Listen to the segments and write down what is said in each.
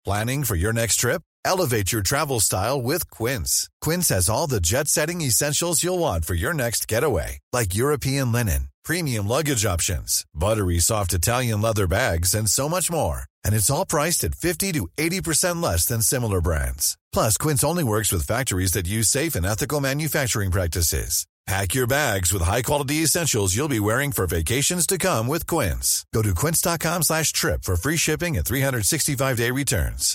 Planning for your next trip? Elevate your travel style with Quince. Quince has all the jet-setting essentials you'll want for your next getaway, like European linen, premium luggage options, buttery soft Italian leather bags, and so much more. And it's all priced at 50 to 80% less than similar brands. Plus, Quince only works with factories that use safe and ethical manufacturing practices. Pack your bags with high-quality essentials you'll be wearing for vacations to come with Quince. Go to quince.com/trip for free shipping and 365-day returns.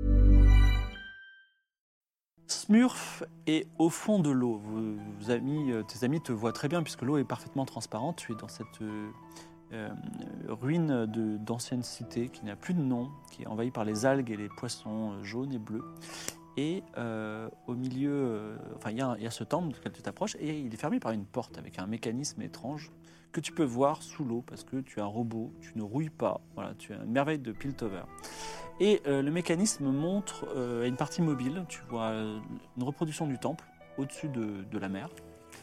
Smurf est au fond de l'eau. Tes amis te voient très bien puisque l'eau est parfaitement transparente. Tu es dans cette ruine d'ancienne cité qui n'a plus de nom, qui est envahie par les algues et les poissons jaunes et bleus. Et au milieu, il y a ce temple duquel tu t'approches et il est fermé par une porte avec un mécanisme étrange que tu peux voir sous l'eau parce que tu es un robot, tu ne rouilles pas. Voilà, tu es une merveille de Piltover. Et le mécanisme montre à une partie mobile. Tu vois une reproduction du temple au-dessus de la mer.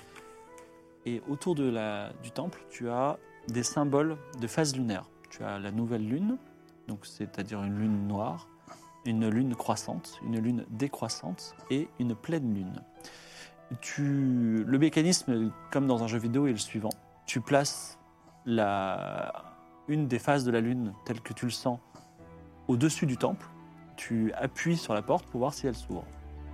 Et autour du temple, tu as des symboles de phase lunaire. Tu as la nouvelle lune, donc c'est-à-dire une lune noire, une lune croissante, une lune décroissante et une pleine lune. Le mécanisme, comme dans un jeu vidéo, est le suivant. Tu places une des phases de la lune telle que tu le sens au-dessus du temple. Tu appuies sur la porte pour voir si elle s'ouvre.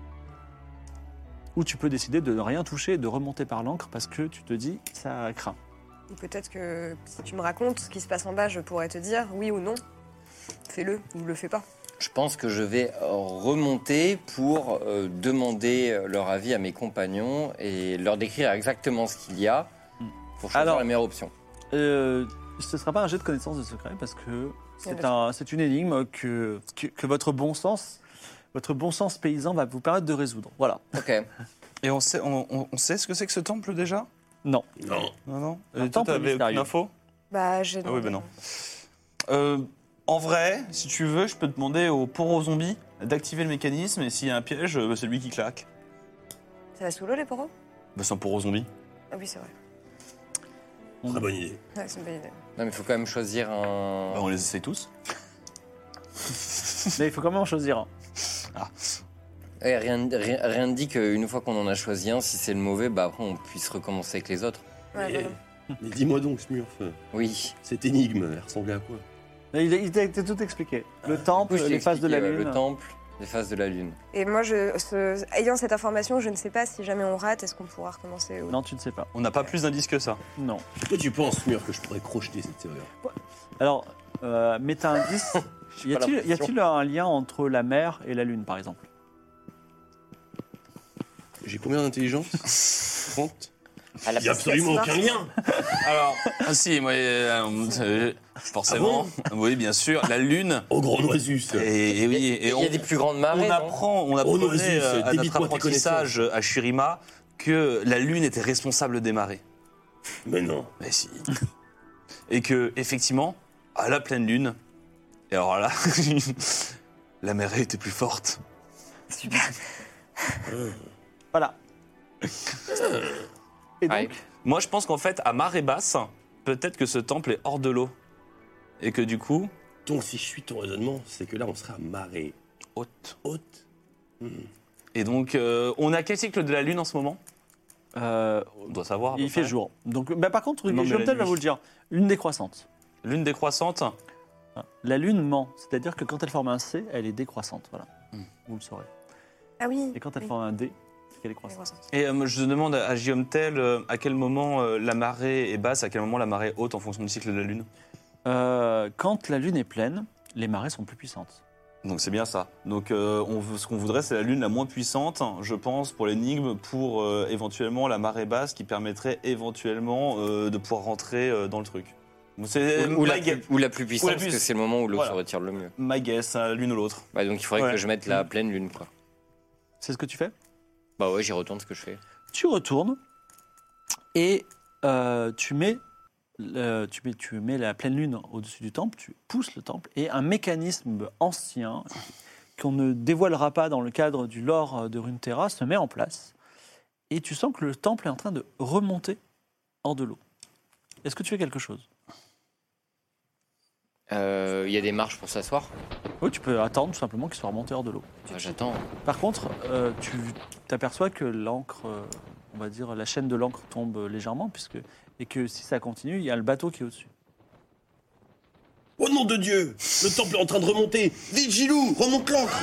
Ou tu peux décider de ne rien toucher et de remonter par l'ancre parce que tu te dis ça craint. Ou peut-être que si tu me racontes ce qui se passe en bas, je pourrais te dire oui ou non. Fais-le ou le fais pas. Je pense que je vais remonter pour demander leur avis à mes compagnons et leur décrire exactement ce qu'il y a pour choisir la meilleure option. Ce ne sera pas un jet de connaissance de secret parce que c'est une énigme que votre bon sens paysan va vous permettre de résoudre. Voilà. Ok. Et on sait ce que c'est que ce temple déjà ? Non. Non. Un Et toi, temple t'avais aucune mystérieux. info ? J'ai Ah oui, ben non. En vrai, si tu veux, je peux te demander au poro zombie d'activer le mécanisme et s'il y a un piège, c'est lui qui claque. Ça va sous l'eau, les poros ? C'est un poro zombie. Ah oui, c'est vrai. Très bonne idée. Ouais, c'est une bonne idée. Non, mais il faut quand même choisir un. On les essaie tous. Mais il faut quand même en choisir un. Rien ne dit qu'une fois qu'on en a choisi un, si c'est le mauvais, après on puisse recommencer avec les autres. Ouais, Mais, voilà. mais dis-moi donc, Smurf, Oui. cette énigme, elle ressemblait à quoi? Il t'a tout expliqué. Le temple, Du coup, je t'ai les phases de la expliqué, lune. Le temple, les phases de la lune. Et moi, ayant cette information, je ne sais pas si jamais on rate, est-ce qu'on pourra recommencer ou... Non, tu ne sais pas. On n'a pas plus d'indices que ça. Non. Pourquoi tu penses, Smurf, que je pourrais crocheter cette serrure? Alors, méta-indice, y a-t-il un lien entre la mer et la lune, par exemple? J'ai combien d'intelligence? 30. À la Il n'y a place- absolument aucun lien. Alors, si, moi, forcément, oui, bien sûr, la lune. Au gros noisus. Et oui, Il y a des plus grandes marées. on Oh, apprenait Noisus, à notre débite-moi tes apprentissage à Shurima que la lune était responsable des marées. Mais non. Mais si. Et que, effectivement, à la pleine lune, et alors là, la marée était plus forte. Super. Voilà. Et donc, Ouais. Moi, je pense qu'en fait, à marée basse, peut-être que ce temple est hors de l'eau. Et que du coup, Donc, si je suis ton raisonnement, c'est que là, on sera à marée haute. haute. Et donc, on a quel cycle de la lune en ce moment On doit savoir. à peu il fait près. jour. Donc, par contre, Non, mais Guillaume la Tell va nuit. vous le dire. Lune décroissante. Lune décroissante. La lune ment, c'est-à-dire que quand elle forme un C, elle est décroissante. Voilà. Vous le saurez. Ah oui. Et quand elle oui. forme un D, c'est qu'elle est croissante. Croissance. Et je demande à Guillaume Tell à quel moment la marée est basse, à quel moment la marée est haute en fonction du cycle de la lune. Quand la lune est pleine, les marées sont plus puissantes. Donc c'est bien ça. Donc ce qu'on voudrait, c'est la lune la moins puissante, je pense, pour l'énigme, pour éventuellement la marée basse qui permettrait éventuellement de pouvoir rentrer dans le truc. C'est Ou la plus puissante, Ou la parce plus- que c'est le moment où l'eau Voilà. se retire le mieux. ma guess, l'une ou l'autre. Bah, donc il faudrait Ouais. que je mette la pleine lune, quoi. C'est ce que tu fais? Bah ouais, j'y retourne ce que je fais. Tu retournes et tu mets la pleine lune au-dessus du temple, tu pousses le temple et un mécanisme ancien qu'on ne dévoilera pas dans le cadre du lore de Runeterra se met en place et tu sens que le temple est en train de remonter hors de l'eau. Est-ce que tu fais quelque chose? Il y a des marches pour s'asseoir. Oui, tu peux attendre tout simplement qu'il soit remonté hors de l'eau. J'attends. Par contre, tu t'aperçois que l'encre, on va dire la chaîne de l'encre tombe légèrement, et que si ça continue, il y a le bateau qui est au-dessus. Oh nom de Dieu, le temple est en train de remonter. Vite Gilou, remonte l'encre.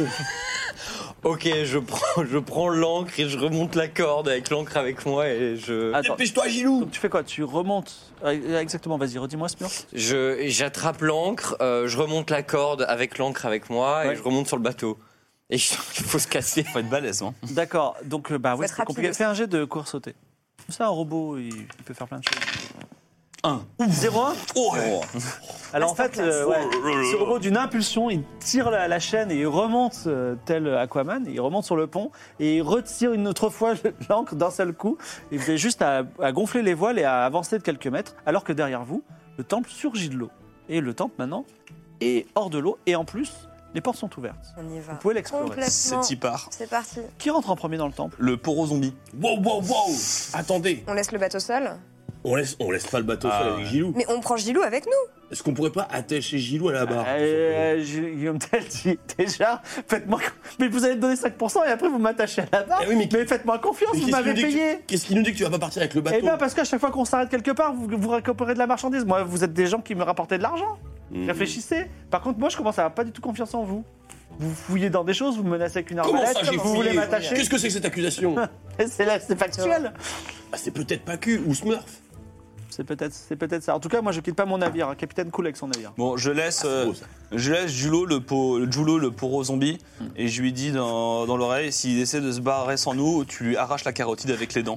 Ok, je prends l'encre et je remonte la corde avec l'encre avec moi et je... Attends, Dépêche-toi Gilou. donc tu fais quoi? Tu remontes exactement, vas-y, redis-moi Smurf. J'attrape l'encre, je remonte la corde avec l'encre avec moi Ouais. et je remonte sur le bateau. Et il faut se casser. Faut être balèze, hein. D'accord, donc oui, être c'est rapide compliqué. aussi. Fais un jet de course-sauter. Ça, un robot, il peut faire plein de choses. 1. 0-1. Oh, Alors en fait, ce robot d'une impulsion, il tire la chaîne et il remonte tel Aquaman, il remonte sur le pont et il retire une autre fois l'ancre d'un seul coup. Et vous avez juste à gonfler les voiles et à avancer de quelques mètres, alors que derrière vous, le temple surgit de l'eau. Et le temple maintenant est hors de l'eau et en plus, les portes sont ouvertes. On y va. Vous pouvez l'explorer. Complètement. C'est y part. C'est parti. Qui rentre en premier dans le temple? Le poro zombie. wow, wow, wow. Attendez, On laisse le bateau seul. on laisse pas le bateau seul avec ouais. Gilou. Mais on prend Gilou avec nous. Est-ce qu'on pourrait pas attacher Gilou à la barre Guillaume Tell dit déjà, faites-moi. Mais vous allez me donner 5% et après vous m'attachez à la barre. Eh oui, mais faites-moi confiance, Mais vous qu'est-ce qui m'avez nous dit que payé. Qu'est-ce qui nous dit que tu vas pas partir avec le bateau Eh bien, parce qu'à chaque fois qu'on s'arrête quelque part, vous récupérez de la marchandise. Moi, vous êtes des gens qui me rapportaient de l'argent. Réfléchissez. Par contre, moi, je commence à avoir pas du tout confiance en vous. Vous fouillez dans des choses, vous me menacez avec une Comment arbalète, ça, j'ai vous voulez fouillé m'attacher. Qu'est-ce que c'est que cette accusation C'est factuel. Ah, c'est peut-être pas Q ou Smurf. C'est peut-être ça. En tout cas, moi, je quitte pas mon navire. Hein. Capitaine cool avec son navire. Bon, je laisse c'est beau, ça. Julo, le poro zombie, et je lui dis dans l'oreille, s'il essaie de se barrer sans nous, tu lui arraches la carotide avec les dents.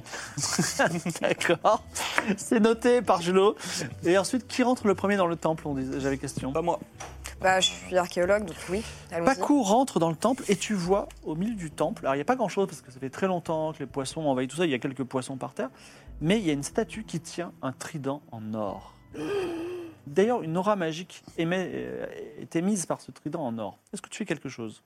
D'accord. C'est noté par Julo. Et ensuite, qui rentre le premier dans le temple? J'avais question. Pas moi. Bah, je suis archéologue, donc oui. Allons-y. Paco rentre dans le temple et tu vois au milieu du temple, alors il n'y a pas grand chose parce que ça fait très longtemps que les poissons ont envahi tout ça, il y a quelques poissons par terre, mais il y a une statue qui tient un trident en or. D'ailleurs, une aura magique est émise par ce trident en or. Est-ce que tu fais quelque chose?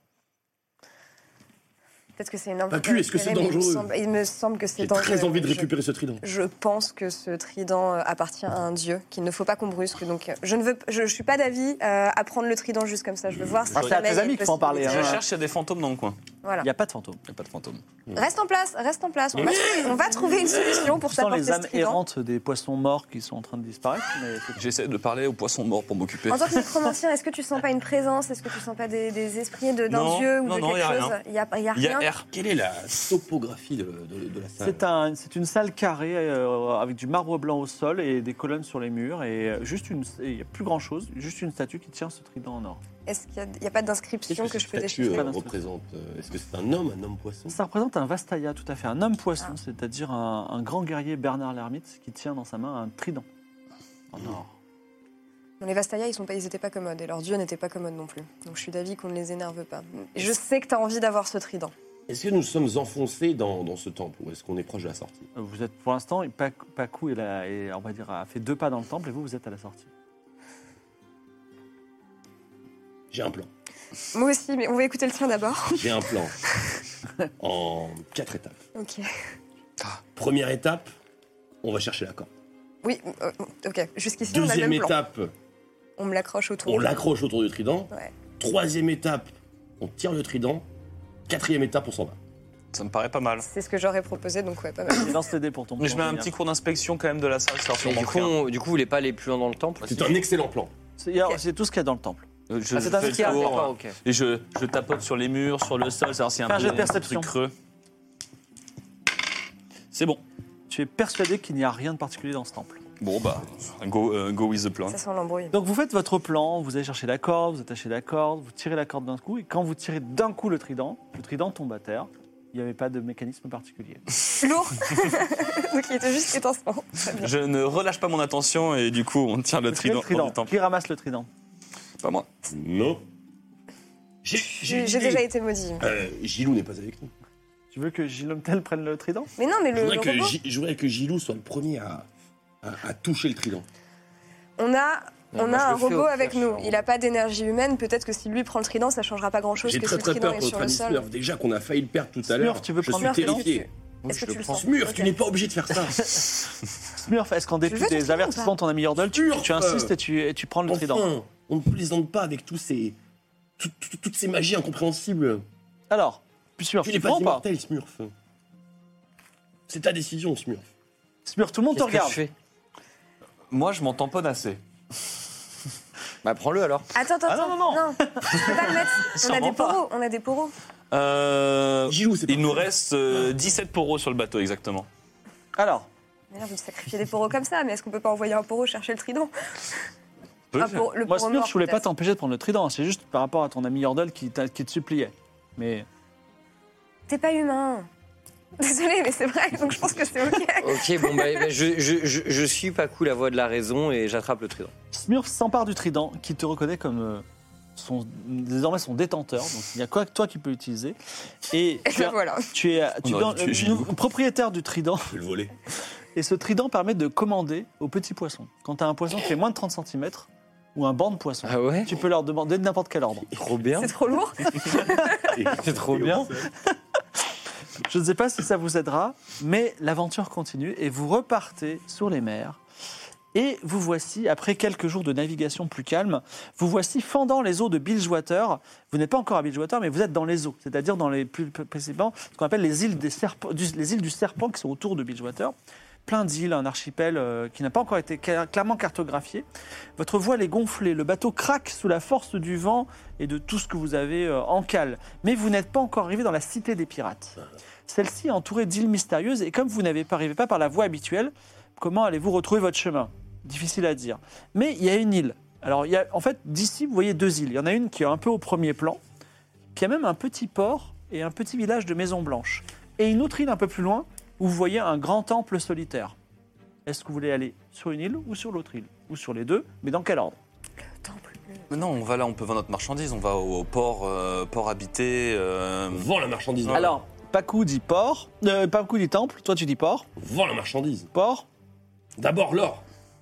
Peut-être que c'est une Pas pu, est-ce que c'est dangereux? Il me semble que c'est J'ai dangereux. très envie de Je- récupérer ce trident. Je pense que ce trident appartient à un dieu, qu'il ne faut pas qu'on brusque. Donc, je suis pas d'avis à prendre le trident juste comme ça. Je veux voir si Ah, c'est à jamais tes il y a amis une qu'il faut en parler, possibilité. Je hein. cherche, il y a des fantômes dans le coin. Voilà. Il n'y a pas de fantôme. Il n'y a pas de fantômes. Reste en place, reste en place. On va trouver une solution pour Tu sens t'apporter les ce âmes trident. errantes des poissons morts qui sont en train de disparaître. Mais J'essaie de parler aux poissons morts pour m'occuper. En tant que nécromancien, est-ce que tu sens pas une présence? Est-ce que tu sens pas des esprits d'un Non, dieu ou non, de non, quelque y a chose? rien. Il y a Il y rien. a R. Quelle est la topographie de la salle c'est une salle carrée avec du marbre blanc au sol et des colonnes sur les murs. Et il n'y a plus grand-chose, juste une statue qui tient ce trident en or. Est-ce qu'il y a pas d'inscription que je peux statue déchiffrer? représente Est-ce que c'est un homme poisson? Ça représente un Vastaya, tout à fait, un homme poisson, c'est-à-dire un grand guerrier Bernard l'Ermite qui tient dans sa main un trident en or. Bon, les Vastaya, ils étaient pas commodes et leur dieu n'était pas commode non plus. Donc je suis d'avis qu'on ne les énerve pas. Et je sais que tu as envie d'avoir ce trident. Est-ce que nous sommes enfoncés dans ce temple ou est-ce qu'on est proche de la sortie? Vous êtes pour l'instant, Paco on va dire, a fait 2 pas dans le temple et vous êtes à la sortie. J'ai un plan. Moi aussi, mais on va écouter le tien d'abord. J'ai un plan. En 4 étapes. Ok. Première étape, on va chercher la corde. Oui, ok. Jusqu'ici, on a le Deuxième même plan. étape, On me l'accroche autour. on l'accroche autour du trident. Ouais. Troisième étape, on tire le trident. Quatrième étape, on s'en va. Ça me paraît pas mal. C'est ce que j'aurais proposé, donc ouais, pas mal. Lance les dés pour ton Mais je mets un plan. petit cours d'inspection quand même de la salle, ça Et sûrement rien. du coup, vous voulez pas aller plus loin dans le temple? C'est un excellent plan. C'est tout ce qu'il y a dans le temple. Je c'est un fais truc le tour, D'accord, ok. et je tapote sur les murs, sur le sol, savoir s'il y a Fais un jet de un perception. truc creux. C'est bon. Tu es persuadé qu'il n'y a rien de particulier dans ce temple. Bon, bah, go with the plan. Ça sent l'embrouille. Donc vous faites votre plan, vous allez chercher la corde, vous attachez la corde, vous tirez la corde d'un coup, et quand vous tirez d'un coup le trident tombe à terre. Il n'y avait pas de mécanisme particulier. Lourd. Donc il était juste étincelant. Très bien. Je ne relâche pas mon attention et du coup, on tire le Vous tirez trident hors du temple. Qui ramasse le trident? Pas moi. Non. J'ai déjà été maudit. Gilou n'est pas avec nous. Tu veux que Gilomtel prenne le trident? Mais non, mais Je le voudrais, robot, je voudrais que Gilou soit le premier à toucher le trident. on a Non, moi, je un le fais au robot avec pire, nous. je suis en- Il n'a pas d'énergie humaine. Peut-être que si lui prend le trident, ça changera pas grand-chose J'ai que très si le très trident peur est pour sur notre le ami sol. Smurf. Déjà qu'on a failli le perdre tout à Smurf, l'heure. tu veux Je prendre suis le trident terrifié. Est-ce que tu le sens? Smurf, Ok. tu n'es pas obligé de faire ça. Smurf, est-ce qu'en Tu dépit veux ton des trident avertissements de ton ami Yordle, tu Smurf, insistes et tu prends le trident? Enfin, On ne plaisante pas avec toutes ces magies incompréhensibles. Alors, Smurf, Tu tu n'es pas prends ou pas immortel, Smurf. C'est ta décision, Smurf. Smurf, tout le monde te Qu'est-ce que regarde. je fais? Moi, je m'en tamponne assez. Bah, prends-le alors. Attends. Ah non. Non, je peux pas le mettre. On a Sûrement des poros. On a des poros. Gilou, c'est Il nous parfait. reste 17 poros sur le bateau, exactement. Alors, D'ailleurs, vous sacrifiez des poros comme ça, mais est-ce qu'on peut pas envoyer un poro chercher le trident? Le moi, poro Smurf, mort, je voulais pas peut-être. t'empêcher de prendre le trident. C'est juste par rapport à ton ami Yordle qui te suppliait. Mais T'es pas humain. Désolée, mais c'est vrai, donc je pense que c'est ok. Ok, bon, bah, je suis Pacou, la voix de la raison, et j'attrape le trident. Smurf s'empare du trident, qui te reconnaît comme désormais son détenteur. Donc il n'y a que toi qui peux l'utiliser. Et Et ben voilà. tu es On aurait dû tuer Gilou. propriétaire du trident. Je vais le voler. Et ce trident permet de commander aux petits poissons. Quand tu as un poisson qui fait moins de 30 cm ou un banc de poissons, Ah ouais? tu peux leur demander n'importe quel ordre. Trop bien. C'est trop lourd. C'est trop bien. Je ne sais pas si ça vous aidera, mais l'aventure continue et vous repartez sur les mers. Et vous voici, après quelques jours de navigation plus calme, vous voici fendant les eaux de Bilgewater. Vous n'êtes pas encore à Bilgewater, mais vous êtes dans les eaux, c'est-à-dire dans les plus précisément ce qu'on appelle les îles, les îles du Serpent qui sont autour de Bilgewater. Plein d'îles, un archipel qui n'a pas encore été clairement cartographié. Votre voile est gonflée, le bateau craque sous la force du vent et de tout ce que vous avez en cale. Mais vous n'êtes pas encore arrivé dans la cité des pirates. Celle-ci est entourée d'îles mystérieuses et comme vous n'arrivez pas par la voie habituelle, comment allez-vous retrouver votre chemin? Difficile à dire. Mais il y a une île. Alors, en fait, d'ici, vous voyez deux îles. Il y en a une qui est un peu au premier plan, qui a même un petit port et un petit village de maisons blanches. Et une autre île un peu plus loin, où vous voyez un grand temple solitaire. Est-ce que vous voulez aller sur une île ou sur l'autre île? Ou sur les deux, mais dans quel ordre? Mais non, on va là, on peut vendre notre marchandise, on va au port, port habité. Vends la marchandise. Alors, Pacou dit port, Pacou dit temple, toi tu dis port. Vends la marchandise. Port, D'abord l'or.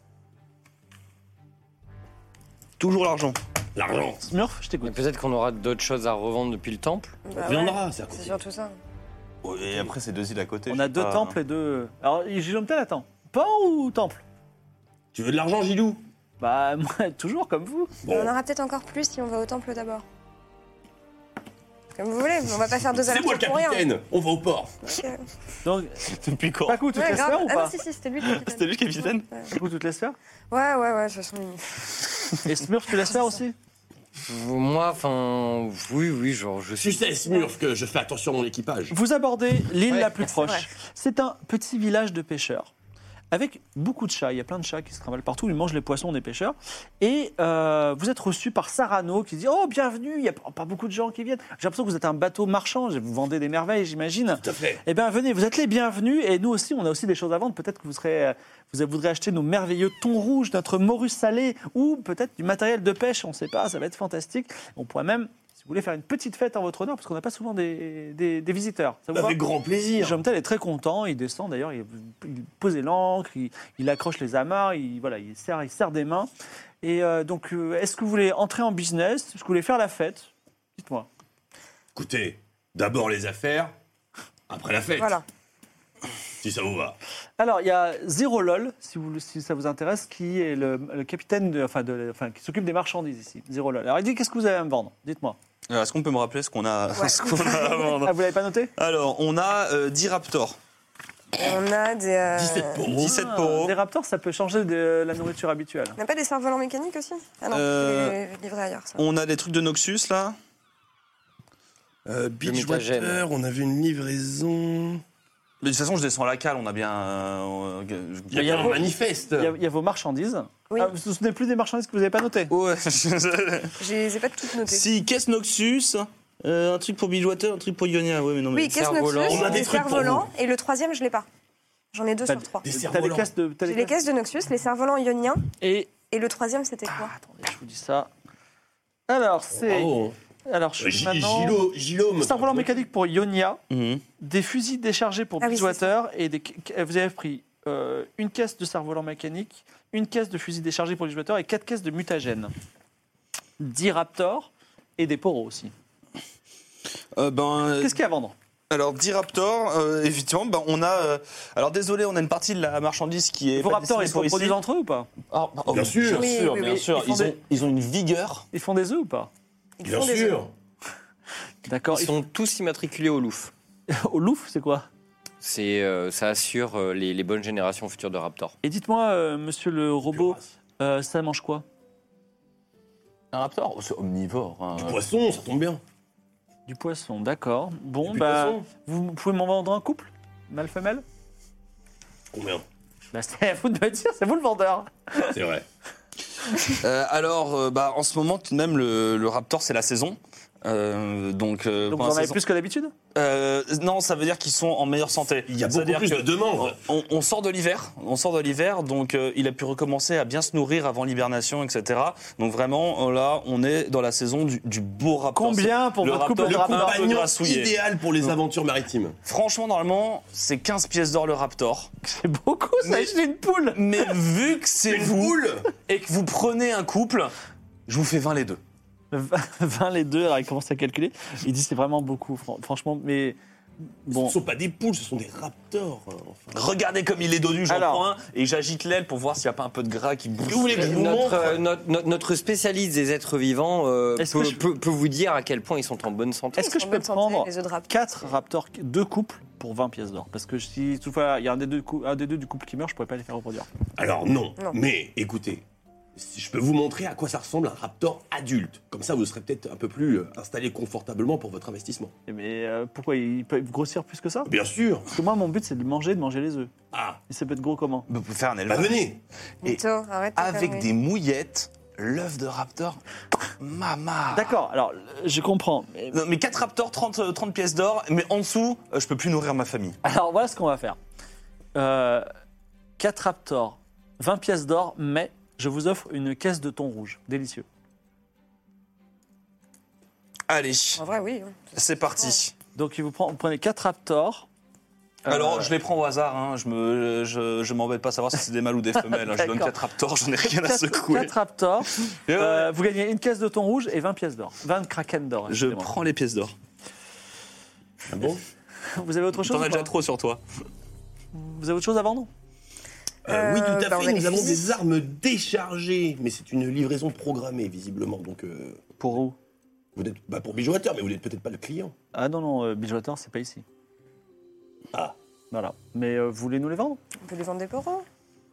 Toujours l'argent. L'argent. Smurf, je Mais t'écoute. peut-être qu'on aura d'autres choses à revendre depuis le temple. Bah On ouais, viendra, c'est à c'est côté. surtout ça. Et après, c'est deux îles à côté. On je a sais deux pas. temples et deux... Alors, Guillaume Tell, attends. Port ou temple? Tu veux de l'argent, Gilou? Bah, moi, toujours comme vous. On en aura peut-être encore plus si on va au temple d'abord. Comme vous voulez, on va pas faire deux C'est moi le allers-retours pour rien. capitaine. On va au port. Ok. Donc, Depuis quand Pacou, tu te Ouais, laisses grave. faire ou Ah pas non, si, c'était lui le capitaine. C'était lui le capitaine Ouais. Pacou, tu te laisses faire? Ouais, de toute façon. Et Smurf, tu laisses faire aussi? Moi, enfin, oui, genre, je Tu suis. sais, Smurf, que je fais attention à mon équipage. Vous abordez l'île Ouais, la plus c'est vrai. proche. C'est un petit village de pêcheurs. Avec beaucoup de chats. Il y a plein de chats qui se trimballent partout. Ils mangent les poissons des pêcheurs. Et vous êtes reçu par Sarano qui dit « Oh, bienvenue, il n'y a pas beaucoup de gens qui viennent. J'ai l'impression que vous êtes un bateau marchand. Vous vendez des merveilles, j'imagine. » Tout à fait. Eh bien, venez, vous êtes les bienvenus. Et nous aussi, on a aussi des choses à vendre. Peut-être que vous voudrez acheter nos merveilleux thons rouges, notre morue salée ou peut-être du matériel de pêche. On ne sait pas, ça va être fantastique. On pourrait même, si vous voulez, faire une petite fête en votre honneur parce qu'on n'a pas souvent des visiteurs. Ça vous va? Avec grand plaisir. Jean-Tel est très content, il descend d'ailleurs, il pose l'ancre, il accroche les amarres, il serre des mains. Et donc, est-ce que vous voulez entrer en business? Est-ce que vous voulez faire la fête? Dites-moi. Écoutez, d'abord les affaires, après la fête. Voilà. Si ça vous va. Alors, il y a Zero Lol, si ça vous intéresse, qui est le capitaine, qui s'occupe des marchandises ici. Zero Lol. Alors, il dit qu'est-ce que vous avez à me vendre? Dites-moi. Est-ce qu'on peut me rappeler ce qu'on a, Ouais. ce qu'on a à vendre? Ah, vous l'avez pas noté? Alors, on a 10 raptors, Et on a des. 17 poros. 17 poros. Des raptors, ça peut changer de la nourriture habituelle. On n'a pas des cerfs-volants mécaniques aussi? Ah non, Euh, c'est livré ailleurs, ça. On a des trucs de Noxus, là. Beachwater, mutagène. on avait une livraison. Mais de toute façon, je descends la cale, on a bien... Il y a un manifeste. Il y a vos marchandises. Oui. Ah, vous vous souvenez plus des marchandises que vous n'avez pas notées? Ouais. Je les ai pas toutes notées. Si, caisse Noxus, un truc pour Beachwater, un truc pour Ionia. Ouais, mais non, mais... Oui, caisse cerfs-volants. Noxus, On a des des trucs pour cerfs-volants, et le troisième, je l'ai pas. J'en ai deux T'as- sur trois. Des T'as les cerfs-volants. caisses de... t'as J'ai les caisses de Noxus, les cerfs-volants ioniens, Et... et le troisième, c'était quoi? Attendez, je vous dis ça. Alors, c'est... Bravo. Alors, je suis maintenant... Gilom. Cerf-volant mécanique pour Ionia, Mhm. des fusils déchargés pour Ah oui, Bridgewater et vous avez pris une caisse de cerf-volant mécanique, une caisse de fusils déchargés pour Bridgewater et 4 caisses de mutagènes. 10 raptors et des poros aussi. Ben, Qu'est-ce qu'il y a à vendre? Alors, 10 raptors, effectivement, on a... alors, désolé, on a une partie de la marchandise qui est... Vos pas raptors, ils destinée se pour produisent entre eux ou pas? Bien sûr. Oui, oui, bien oui. sûr. Ils ont une vigueur. Ils font des œufs ou pas? Ils Bien font des sûr. œufs. D'accord. Ils sont tous immatriculés au Louvre. Au Louvre, c'est quoi? Ça assure les bonnes générations futures de raptors. Et dites-moi, monsieur le robot, ça mange quoi? Un raptor, c'est omnivore. Hein. Du poisson, ça tombe bien. Du poisson, d'accord. Bon, Du bah, poisson. vous pouvez m'en vendre un couple? Mâle-femelle? Combien? Bah, c'est à vous de me dire, c'est vous le vendeur. C'est vrai. Alors, en ce moment, tout de même, le raptor, c'est la saison. Donc Donc pour vous la en avez saison- plus que d'habitude? Non, ça veut dire qu'ils sont en meilleure santé. Il y a beaucoup C'est-à-dire plus que de demandes. On sort de l'hiver, donc il a pu recommencer à bien se nourrir avant l'hibernation, etc. Donc vraiment, là, on est dans la saison du beau raptor. Combien pour Le votre couple raptor de Le un peu raptors? compagnon grassouillé. idéal pour les aventures maritimes. Franchement, normalement, c'est 15 pièces d'or le raptor. C'est beaucoup, ça, Mais- acheter une poule. Mais vu que c'est Une vous poule. et que vous prenez un couple, je vous fais 20 les deux. 20 les deux, alors il commence à calculer. Il dit c'est vraiment beaucoup, franchement, mais Ce bon. ne sont pas des poules, ce sont des raptors. Enfin. Regardez comme il est dodu, j'en Alors. prends un et j'agite l'aile pour voir s'il n'y a pas un peu de gras qui bouge. Que vous voulez que je vous montre Notre spécialiste des êtres vivants Est-ce que je- peut vous dire à quel point ils sont en bonne santé. Est-ce que Ils je sont peux en bonne santé, prendre les œufs de raptor. 4 raptors, 2 couples pour 20 pièces d'or? Parce que si toutefois il y a un des deux du couple qui meurt, je pourrais pas les faire reproduire. Alors non. Non. Mais écoutez, si je peux vous montrer à quoi ça ressemble un raptor adulte. Comme ça, vous serez peut-être un peu plus installé confortablement pour votre investissement. Mais pourquoi il peut grossir plus que ça? Bien sûr. Parce que moi, mon but, c'est de manger les œufs. Ah, Et ça peut être gros comment? Vous pouvez faire un bah élevage. venez. Mytho, arrête. tes Avec conneries. des mouillettes, l'œuf de raptor, mama. D'accord, alors je comprends. Non, mais 4 raptors, 30 pièces d'or, mais en dessous, je peux plus nourrir ma famille. Alors voilà ce qu'on va faire. 4 raptors, 20 pièces d'or, mais je vous offre une caisse de thon rouge. Délicieux. Allez, En vrai, oui. c'est parti. Donc vous prenez 4 raptors. Alors, je les prends au hasard, hein. je m'embête pas à savoir si c'est des mâles ou des femelles. hein. Je donne D'accord. 4 raptors, j'en ai rien à secouer. 4 raptors. Et ouais, Vous gagnez une caisse de thon rouge et 20 pièces d'or. 20 kraken d'or. je excusez-moi. prends les pièces d'or. Ah bon? Vous avez autre chose T'en as ou déjà pas trop sur toi. Vous avez autre chose à vendre? Oui, tout à bah, on fait. a Nous des avons fusils. des armes déchargées, mais c'est une livraison programmée, visiblement. Donc, Pour où? vous êtes pour Bijoateur, mais vous n'êtes peut-être pas le client. Ah non, non, Bijoateur, c'est pas ici. Ah, Voilà. Mais vous voulez nous les vendre? On peut lui vendre des poros.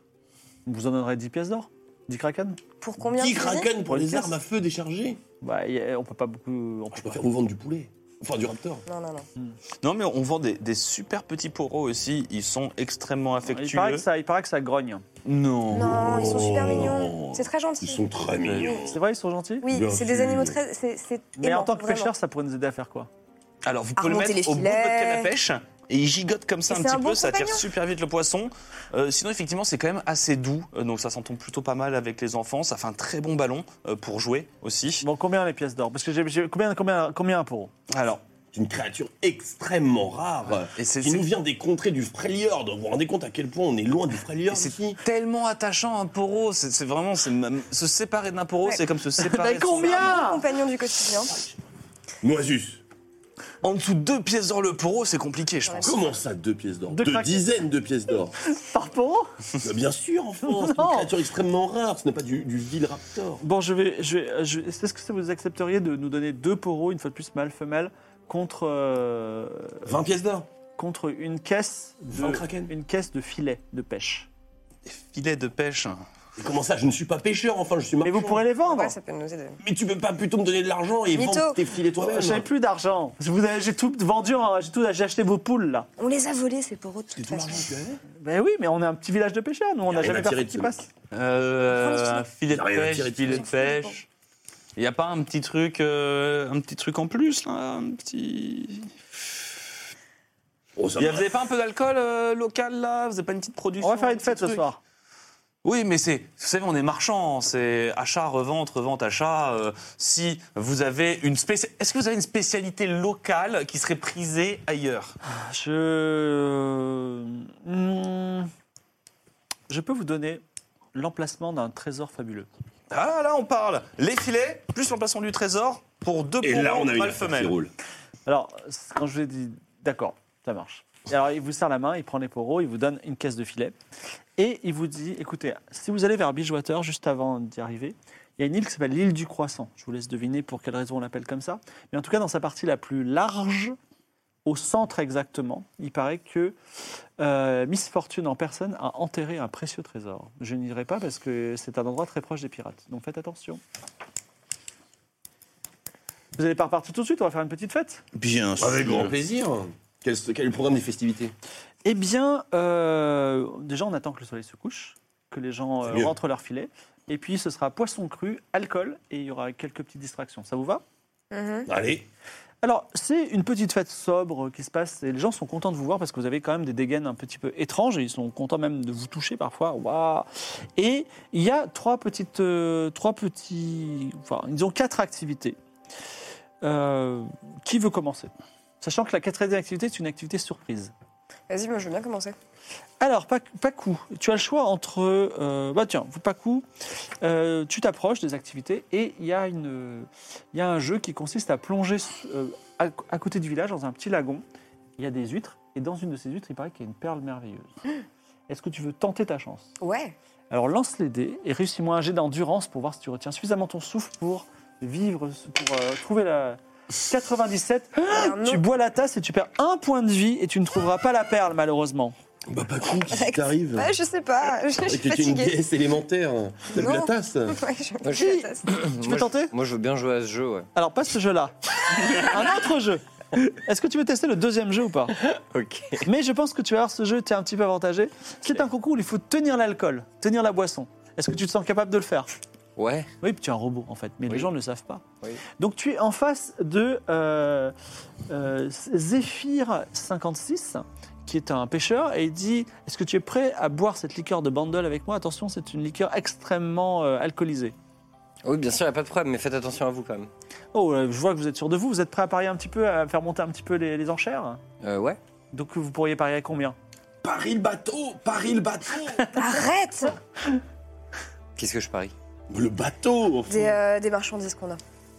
On vous en donnerait 10 pièces d'or? 10 kraken? Pour combien 10 de fusils kraken pour Pour les les armes à feu déchargées. Bah, on peut pas beaucoup. Je préfère vous vendre du poulet. Enfin, du raptor. Non, non, non. Non, mais on vend des super petits poros aussi. Ils sont extrêmement Il affectueux. paraît que ça grogne. Non. Non, ils sont super Oh. mignons. C'est très gentil. Ils sont très mignons. C'est vrai, ils sont gentils? Oui, Bien c'est des sûr. animaux très. C'est Mais en aimant, tant que vraiment. pêcheur, ça pourrait nous aider à faire quoi? Alors, vous À pouvez le remonter mettre les au bout de votre filets. canne à pêche et il gigote comme ça Et un c'est petit un peu, bon ça attire compagnon. super vite le poisson. Sinon, effectivement, c'est quand même assez doux, donc ça s'entend plutôt pas mal avec les enfants. Ça fait un très bon ballon pour jouer aussi. Bon, combien les pièces d'or? Parce que j'ai combien un poro? Alors, C'est une créature extrêmement rare. Et c'est- qui nous vient des contrées du Freljord. Vous vous rendez compte à quel point on est loin du Freljord c'est ici? tellement attachant un poro. C'est vraiment, se séparer d'un poro, Ouais. c'est comme se séparer. Mais de son combien? Compagnon du quotidien. Noisus. En dessous de 2 pièces d'or le poro, c'est compliqué, je pense. Comment ça, 2 pièces d'or? Deux 2 kraken. dizaines de pièces d'or. Par poro? Bah, bien sûr, enfant. C'est une Non. créature extrêmement rare. Ce n'est pas du vil raptor. Bon, est-ce que vous accepteriez de nous donner 2 poros, une fois de plus mâle, femelle, contre 20 pièces d'or. contre une caisse Vingt kraken. une caisse de filets de pêche? Filet de pêche. Et comment ça? Je ne suis pas pêcheur, enfin, je suis Mais marchand. vous pourrez les vendre. Ouais, ça peut nous aider. Mais tu peux pas plutôt me donner de l'argent et Mytho. vendre tes filets toi-même? J'avais plus d'argent. J'ai tout vendu, j'ai acheté vos poules là. On les a volés, ces poros, de C'est toute tout l'argent façon. que tu avais? Ben oui, mais on est un petit village de pêcheurs, nous, on Y a n'a rien jamais à tirer personne de qui ce passe. Un filet de Y a rien à pêche, tirer de filet ça. de pêche. Il n'y a pas un petit truc en plus, là, un petit... Oh, ça Vous va. n'avez pas un peu d'alcool local, là? Vous n'avez pas une petite production? On va faire une un petit fête ce truc soir. Oui, mais vous savez, on est marchand, c'est achat, revente, revente, achat. Si vous avez est-ce que vous avez une spécialité locale qui serait prisée ailleurs? Je peux vous donner l'emplacement d'un trésor fabuleux. Ah là, on parle. Les filets, plus l'emplacement du trésor, pour 2 Et là, on a une mâle affaire qui femelle. roule. Alors, quand je vous ai dit D'accord, ça marche. Et alors, il vous serre la main, il prend les poros, il vous donne une caisse de filet. Et il vous dit, écoutez, si vous allez vers Bilgewater, juste avant d'y arriver, il y a une île qui s'appelle l'île du Croissant. Je vous laisse deviner pour quelle raison on l'appelle comme ça. Mais en tout cas, dans sa partie la plus large, au centre exactement, il paraît que Miss Fortune en personne a enterré un précieux trésor. Je n'irai pas parce que c'est un endroit très proche des pirates. Donc faites attention. Vous n'allez pas repartir tout de suite, on va faire une petite fête. Bien sûr. Avec grand plaisir. Quel est le programme des festivités? Eh bien, déjà, on attend que le soleil se couche, que les gens C'est mieux. rentrent leur filet. Et puis, ce sera poisson cru, alcool, et il y aura quelques petites distractions. Ça vous va? Allez. Alors, c'est une petite fête sobre qui se passe, et les gens sont contents de vous voir parce que vous avez quand même des dégaines un petit peu étranges, et ils sont contents même de vous toucher parfois. Waouh! Et il y a trois petits... Enfin, ils ont 4 activités. Qui veut commencer? Sachant que la 4e activité, c'est une activité surprise. Vas-y, moi je veux bien commencer. Alors, Pacou, tu as le choix entre... Pacou, tu t'approches des activités et il y a un jeu qui consiste à plonger à côté du village, dans un petit lagon. Il y a des huîtres et dans une de ces huîtres, il paraît qu'il y a une perle merveilleuse. Est-ce que tu veux tenter ta chance? Ouais. Alors, lance les dés et réussis-moi un jet d'endurance pour voir si tu retiens suffisamment ton souffle pour vivre, pour trouver la... 97, tu bois la tasse et tu perds 1 point de vie et tu ne trouveras pas la perle, malheureusement. Bah, pas con, qu'est-ce qui t'arrive? Ouais, je sais pas, je suis T'es une fatiguée. déesse élémentaire. T'as bu Non. la tasse? Ouais, je Moi, veux la tasse. Tu veux tenter? Moi, je veux bien jouer à ce jeu, ouais. Alors, pas ce jeu-là. Un autre jeu. Est-ce que tu veux tester le 2e jeu ou pas? Ok. Mais je pense que tu vas voir ce jeu, tu es un petit peu avantagé. C'est un concours où il faut tenir l'alcool, tenir la boisson. Est-ce que tu te sens capable de le faire? Ouais. Oui, puis tu es un robot en fait, mais les Oui. gens ne le savent pas. Oui. Donc tu es en face de Zéphyr 56, qui est un pêcheur, et il dit: est-ce que tu es prêt à boire cette liqueur de Bandol avec moi? Attention, c'est une liqueur extrêmement alcoolisée. Oui, bien sûr, il n'y a pas de problème, mais faites attention à vous quand même. Oh, je vois que vous êtes sûr de vous. Vous êtes prêt à parier un petit peu, à faire monter un petit peu les enchères? Ouais. Donc vous pourriez parier à combien? Paris le bateau! Paris le bateau! Arrête. Qu'est-ce que je parie? Le bateau! Enfin. Des marchandises qu'on a.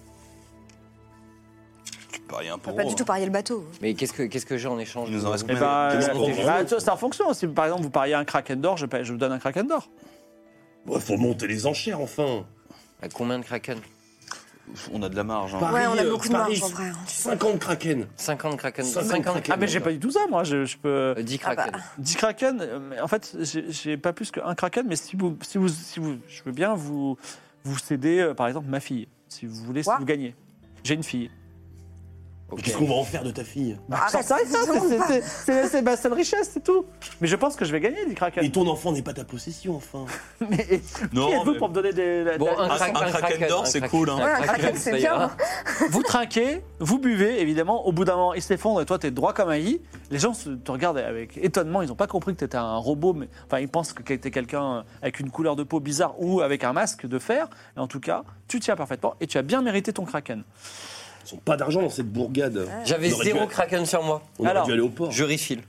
Tu paries un On peu. va pas du tout parier le bateau. Mais qu'est-ce que j'ai en échange? Il nous en reste Eh combien? ben, c'est en fonction. Si par exemple vous pariez un kraken d'or, je vous donne un kraken d'or. Ouais, faut monter les enchères, enfin! À combien de kraken? On a de la marge. Hein. Ouais, on a beaucoup de Paris, marge, en vrai, hein. 50 kraken! 50 kraken. 50 kraken. Ah mais j'ai pas du tout ça, moi. Je peux 10 Ah bah. kraken. 10 kraken. Mais en fait, j'ai pas plus qu'un kraken. Mais si vous, je veux bien vous céder, par exemple, ma fille, si vous voulez, si Quoi vous gagnez. J'ai une fille. Mais qu'est-ce qu'on va en faire de ta fille? Arrête, Ça, c'est ma seule richesse, c'est tout. Mais je pense que je vais gagner 10 kraken. Et ton enfant n'est pas ta possession, enfin! Mais Non, qui êtes-vous mais- pour me donner des... Bon, Un kraken d'or, c'est cool, hein. Ouais, un kraken, c'est bien. ira. Vous trinquez, vous buvez, évidemment. Au bout d'un moment, il s'effondre et toi, t'es droit comme un i. Les gens te regardent avec étonnement. Ils n'ont pas compris que t'étais un robot. Mais, enfin, ils pensent que t'étais quelqu'un avec une couleur de peau bizarre ou avec un masque de fer. Et en tout cas, tu tiens parfaitement et tu as bien mérité ton kraken. Ils n'ont pas d'argent dans cette bourgade. J'avais On aurait 0 dû- kraken sur moi. On aurait Alors, dû aller au port. Je refill.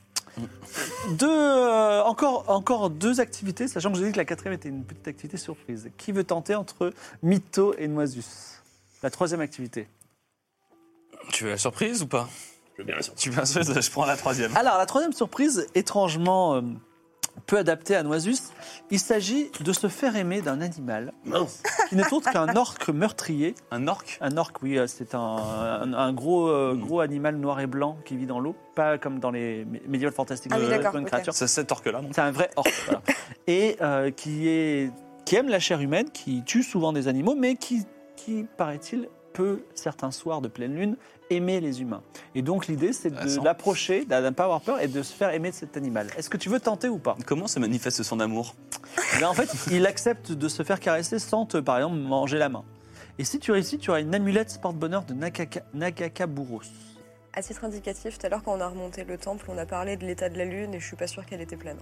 Encore 2 activités, sachant que j'ai dit que la 4e était une petite activité surprise. Qui veut tenter entre Mytho et Noisus? La 3e activité. Tu veux la surprise ou pas? Je veux bien la sortir. Tu veux la surprise? Je prends la 3e. Alors, la 3e surprise, étrangement peu adaptée à Noisus, il s'agit de se faire aimer d'un animal Mince! qui n'est autre qu'un orque meurtrier. Un orc? Un orque, oui, c'est un gros animal noir et blanc qui vit dans l'eau, pas comme dans les Medieval Fantastic. Ah oui, d'accord, une ok. créature. C'est cet orc-là, non? C'est un vrai orque. Voilà. Et qui aime la chair humaine, qui tue souvent des animaux, mais qui paraît-il, peut, certains soirs de pleine lune, aimer les humains. Et donc l'idée, c'est de Intéressant. l'approcher, de ne pas avoir peur et de se faire aimer de cet animal. Est-ce que tu veux tenter ou pas? Comment se manifeste son amour? Eh bien, en fait, il accepte de se faire caresser sans te, par exemple, manger la main. Et si tu réussis, tu auras une amulette porte-bonheur de Nagakaburos. À titre indicatif, tout à l'heure, quand on a remonté le temple, on a parlé de l'état de la lune et je suis pas sûre qu'elle était pleine.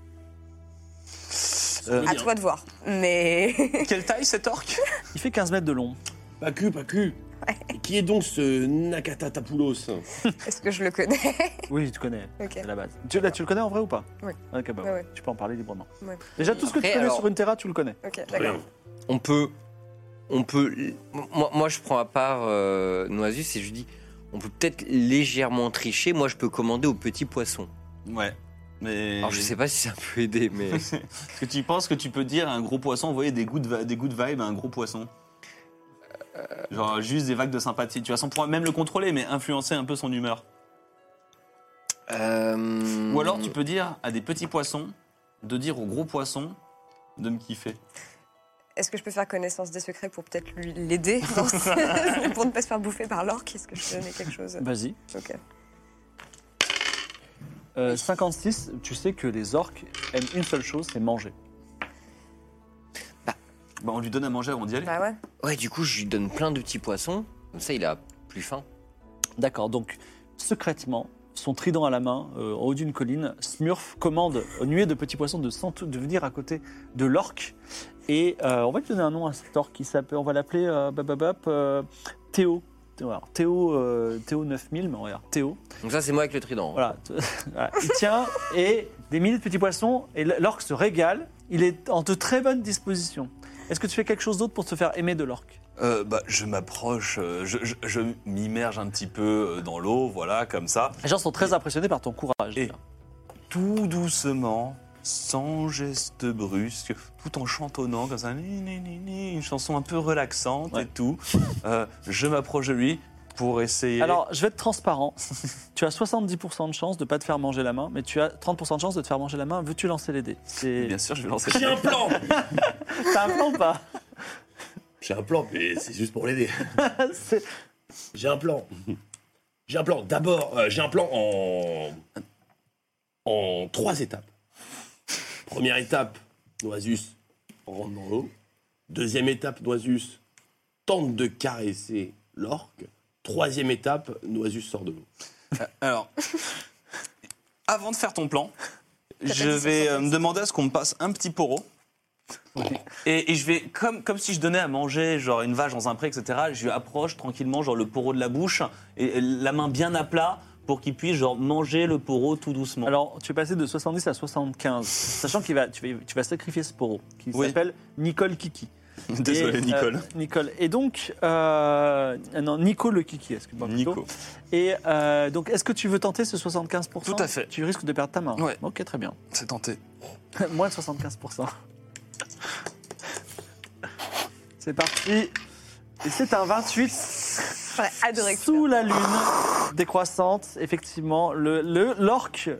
À toi de voir. Mais. Quelle taille cet orc? Il fait 15 mètres de long. Pas cul. Et qui est donc ce Nakatatapoulos? Est-ce que je le connais? Oui, tu connais, Ok. à la base. Tu le connais en vrai ou pas? Oui. Ok, bah, Ouais, ouais. tu peux en parler librement. Ouais. Déjà, tout ce que tu Après, connais alors- sur une Terra, tu le connais. Ok, Rien. d'accord. On peut. Moi, je prends à part Noisus et je lui dis on peut peut-être légèrement tricher. Moi, je peux commander aux petits poissons. Ouais. Mais... Alors, je sais pas si ça peut aider, mais... Est-ce que tu penses que tu peux dire à un gros poisson, envoyer des good vibes à un gros poisson Genre juste des vagues de sympathie. Tu vas sans pouvoir même le contrôler, mais influencer un peu son humeur. Ou alors tu peux dire à des petits poissons de dire aux gros poissons de me kiffer. Est-ce que je peux faire connaissance des secrets pour peut-être l'aider pour ne pas se faire bouffer par l'orque? Est-ce que je peux donner quelque chose? Vas-y. Ok. 56, tu sais que les orques aiment une seule chose, c'est manger. Bah, on lui donne à manger avant d'y aller. Bah ouais. Ouais, du coup, je lui donne plein de petits poissons. Comme ça, il a plus faim. D'accord, donc secrètement, son trident à la main, en haut d'une colline, Smurf commande aux nuées de petits poissons de venir à côté de l'orque. Et on va lui donner un nom à cet orque qui s'appelle, on va l'appeler Théo. Alors, Théo 9000, mais on va dire Théo. Donc ça, c'est moi avec le trident. Voilà. Voilà. Il tient et des milliers de petits poissons et l'orque se régale. Il est en de très bonne disposition. Est-ce que tu fais quelque chose d'autre pour te faire aimer de l'orque? Je m'approche, je m'immerge un petit peu dans l'eau, voilà, comme ça. Les gens sont très impressionnés par ton courage. Et tout doucement, sans geste brusque, tout en chantonnant comme ça, une chanson un peu relaxante Ouais. et tout, je m'approche de lui pour essayer... Alors, je vais être transparent. Tu as 70% de chance de ne pas te faire manger la main, mais tu as 30% de chance de te faire manger la main. Veux-tu lancer les dés? Bien sûr, je vais lancer... J'ai un plan. T'as un plan ou pas? J'ai un plan, mais c'est juste pour l'aider. C'est- J'ai un plan. J'ai un plan. D'abord, j'ai un plan en 3 étapes. Première étape, Noisus rentre dans l'eau. Deuxième étape, Noisus tente de caresser l'orque. Troisième étape, Noisus sort de l'eau. Alors, avant de faire ton plan, T'as je pas dit vais 70. me demander à ce qu'on me passe un petit poro. Et je vais, comme si je donnais à manger genre une vache dans un pré, etc., je lui approche tranquillement genre le poro de la bouche et la main bien à plat pour qu'il puisse genre manger le poro tout doucement. Alors, tu es passé de 70 à 75, sachant que tu vas sacrifier ce poro, qui Oui. s'appelle Nicole Kiki. Désolé, Et, Nicole. Nicole. Et donc, non, Nico le Kiki, excuse-moi. plutôt. Nico. Et donc, est-ce que tu veux tenter ce 75%? Tout à fait. Tu risques de perdre ta main. Ouais. Ok, très bien. C'est tenté. Moins de 75%. C'est parti. Et c'est un 28. J'aurais adoré que tu Sous la lune décroissante, effectivement, l'orque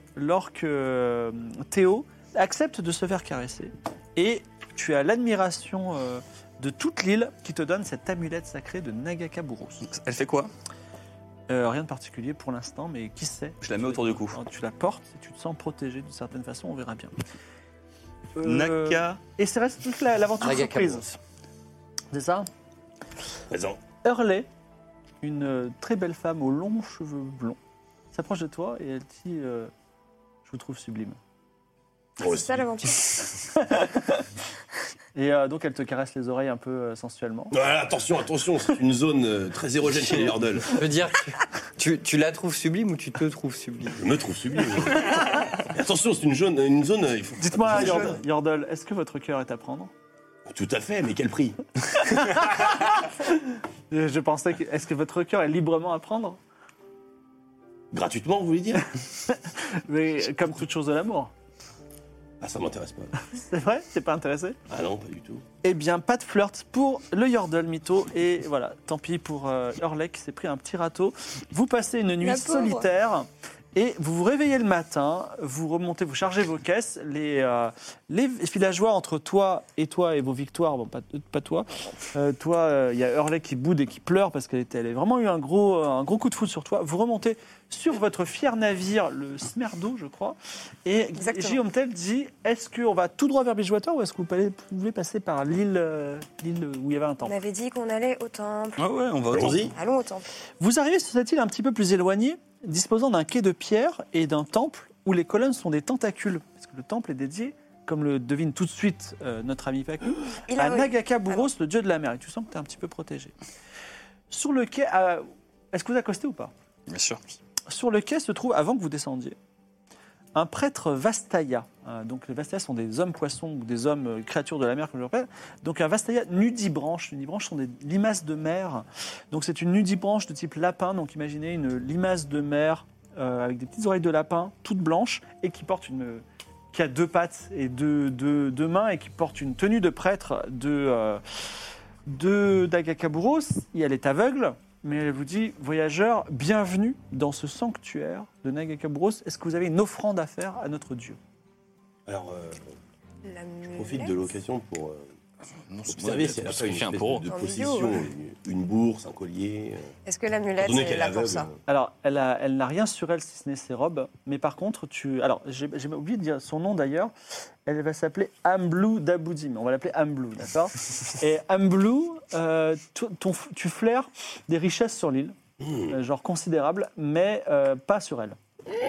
Théo accepte de se faire caresser. Et tu as l'admiration de toute l'île qui te donne cette amulette sacrée de Nagakaburos. Elle fait quoi? Rien de particulier pour l'instant, mais qui sait? Je la mets autour du cou. Tu la portes et tu te sens protégé d'une certaine façon, on verra bien. Naka. Et c'est reste toute l'aventure Nagakaburos. surprise. C'est ça? Présent. Hurley, une très belle femme aux longs cheveux blonds, s'approche de toi et elle dit je vous trouve sublime. Moi C'est ça aussi. l'aventure. Et donc elle te caresse les oreilles un peu sensuellement. Voilà, attention, c'est une zone très érogène chez les Yordles. Je veux dire, tu la trouves sublime ou tu te trouves sublime? Je me trouve sublime. Et attention, c'est une zone, il faut... Dites-moi, Jeune. Yordle, est-ce que votre cœur est à prendre? Tout à fait, mais quel prix? Je pensais que... Est-ce que votre cœur est librement à prendre? Gratuitement, vous voulez dire? Mais comme toute chose de l'amour. Ah, ça m'intéresse pas. C'est vrai? T'es pas intéressé? Ah non, pas du tout. Eh bien, pas de flirt pour le Yordle Mytho. Et voilà, tant pis pour Hurley qui s'est pris un petit râteau. Vous passez une nuit La pauvre. solitaire et vous vous réveillez le matin, vous remontez, vous chargez vos caisses. Les villageois entre toi et vos victoires, bon, pas toi. Toi, il y a Hurley qui boude et qui pleure parce qu'elle a vraiment eu un gros coup de foudre sur toi. Vous remontez sur votre fier navire, le Smerdo, je crois. Et Exactement. Guillaume Tell dit, est-ce qu'on va tout droit vers Bridgewater ou est-ce que vous voulez passer par l'île où il y avait un On temple? avait dit qu'on allait au temple. Ah ouais, on va autant. Allons-y. Allons au temple. Vous arrivez sur cette île un petit peu plus éloignée, disposant d'un quai de pierre et d'un temple où les colonnes sont des tentacules. Parce que le temple est dédié, comme le devine tout de suite notre ami Pacu, Il à a Nagakaburos, le dieu de la mer. Et tu sens que tu es un petit peu protégé. Sur le quai, est-ce que vous accostez ou pas? Bien sûr. Sur le quai se trouve, avant que vous descendiez, un prêtre Vastaya. Donc les Vastaya sont des hommes poissons ou des hommes créatures de la mer, comme je le rappelle. Donc un Vastaya nudibranche. Nudibranche sont des limaces de mer. Donc c'est une nudibranche de type lapin. Donc imaginez une limace de mer avec des petites oreilles de lapin, toute blanche, et qui a 2 pattes et deux mains, et qui porte une tenue de prêtre d'Agakaburos. Et elle est aveugle. Mais elle vous dit, voyageurs, bienvenue dans ce sanctuaire de Nagakaburos. Est-ce que vous avez une offrande à faire à notre dieu? Alors, je L'amulette. profite de l'occasion pour Non, observer si elle n'a pas une espèce de En possession, vidéo, une bourse, un collier. Est-ce que l'amulette Étant donné est qu'elle est là pour aveugle. ça? Alors, elle n'a rien sur elle si ce n'est ses robes. Mais par contre, alors, j'ai oublié de dire son nom d'ailleurs. Elle va s'appeler Amblou Daboudim. On va l'appeler Amblou, d'accord? Et Amblou, tu flaires des richesses sur l'île, genre considérables, mais pas sur elle.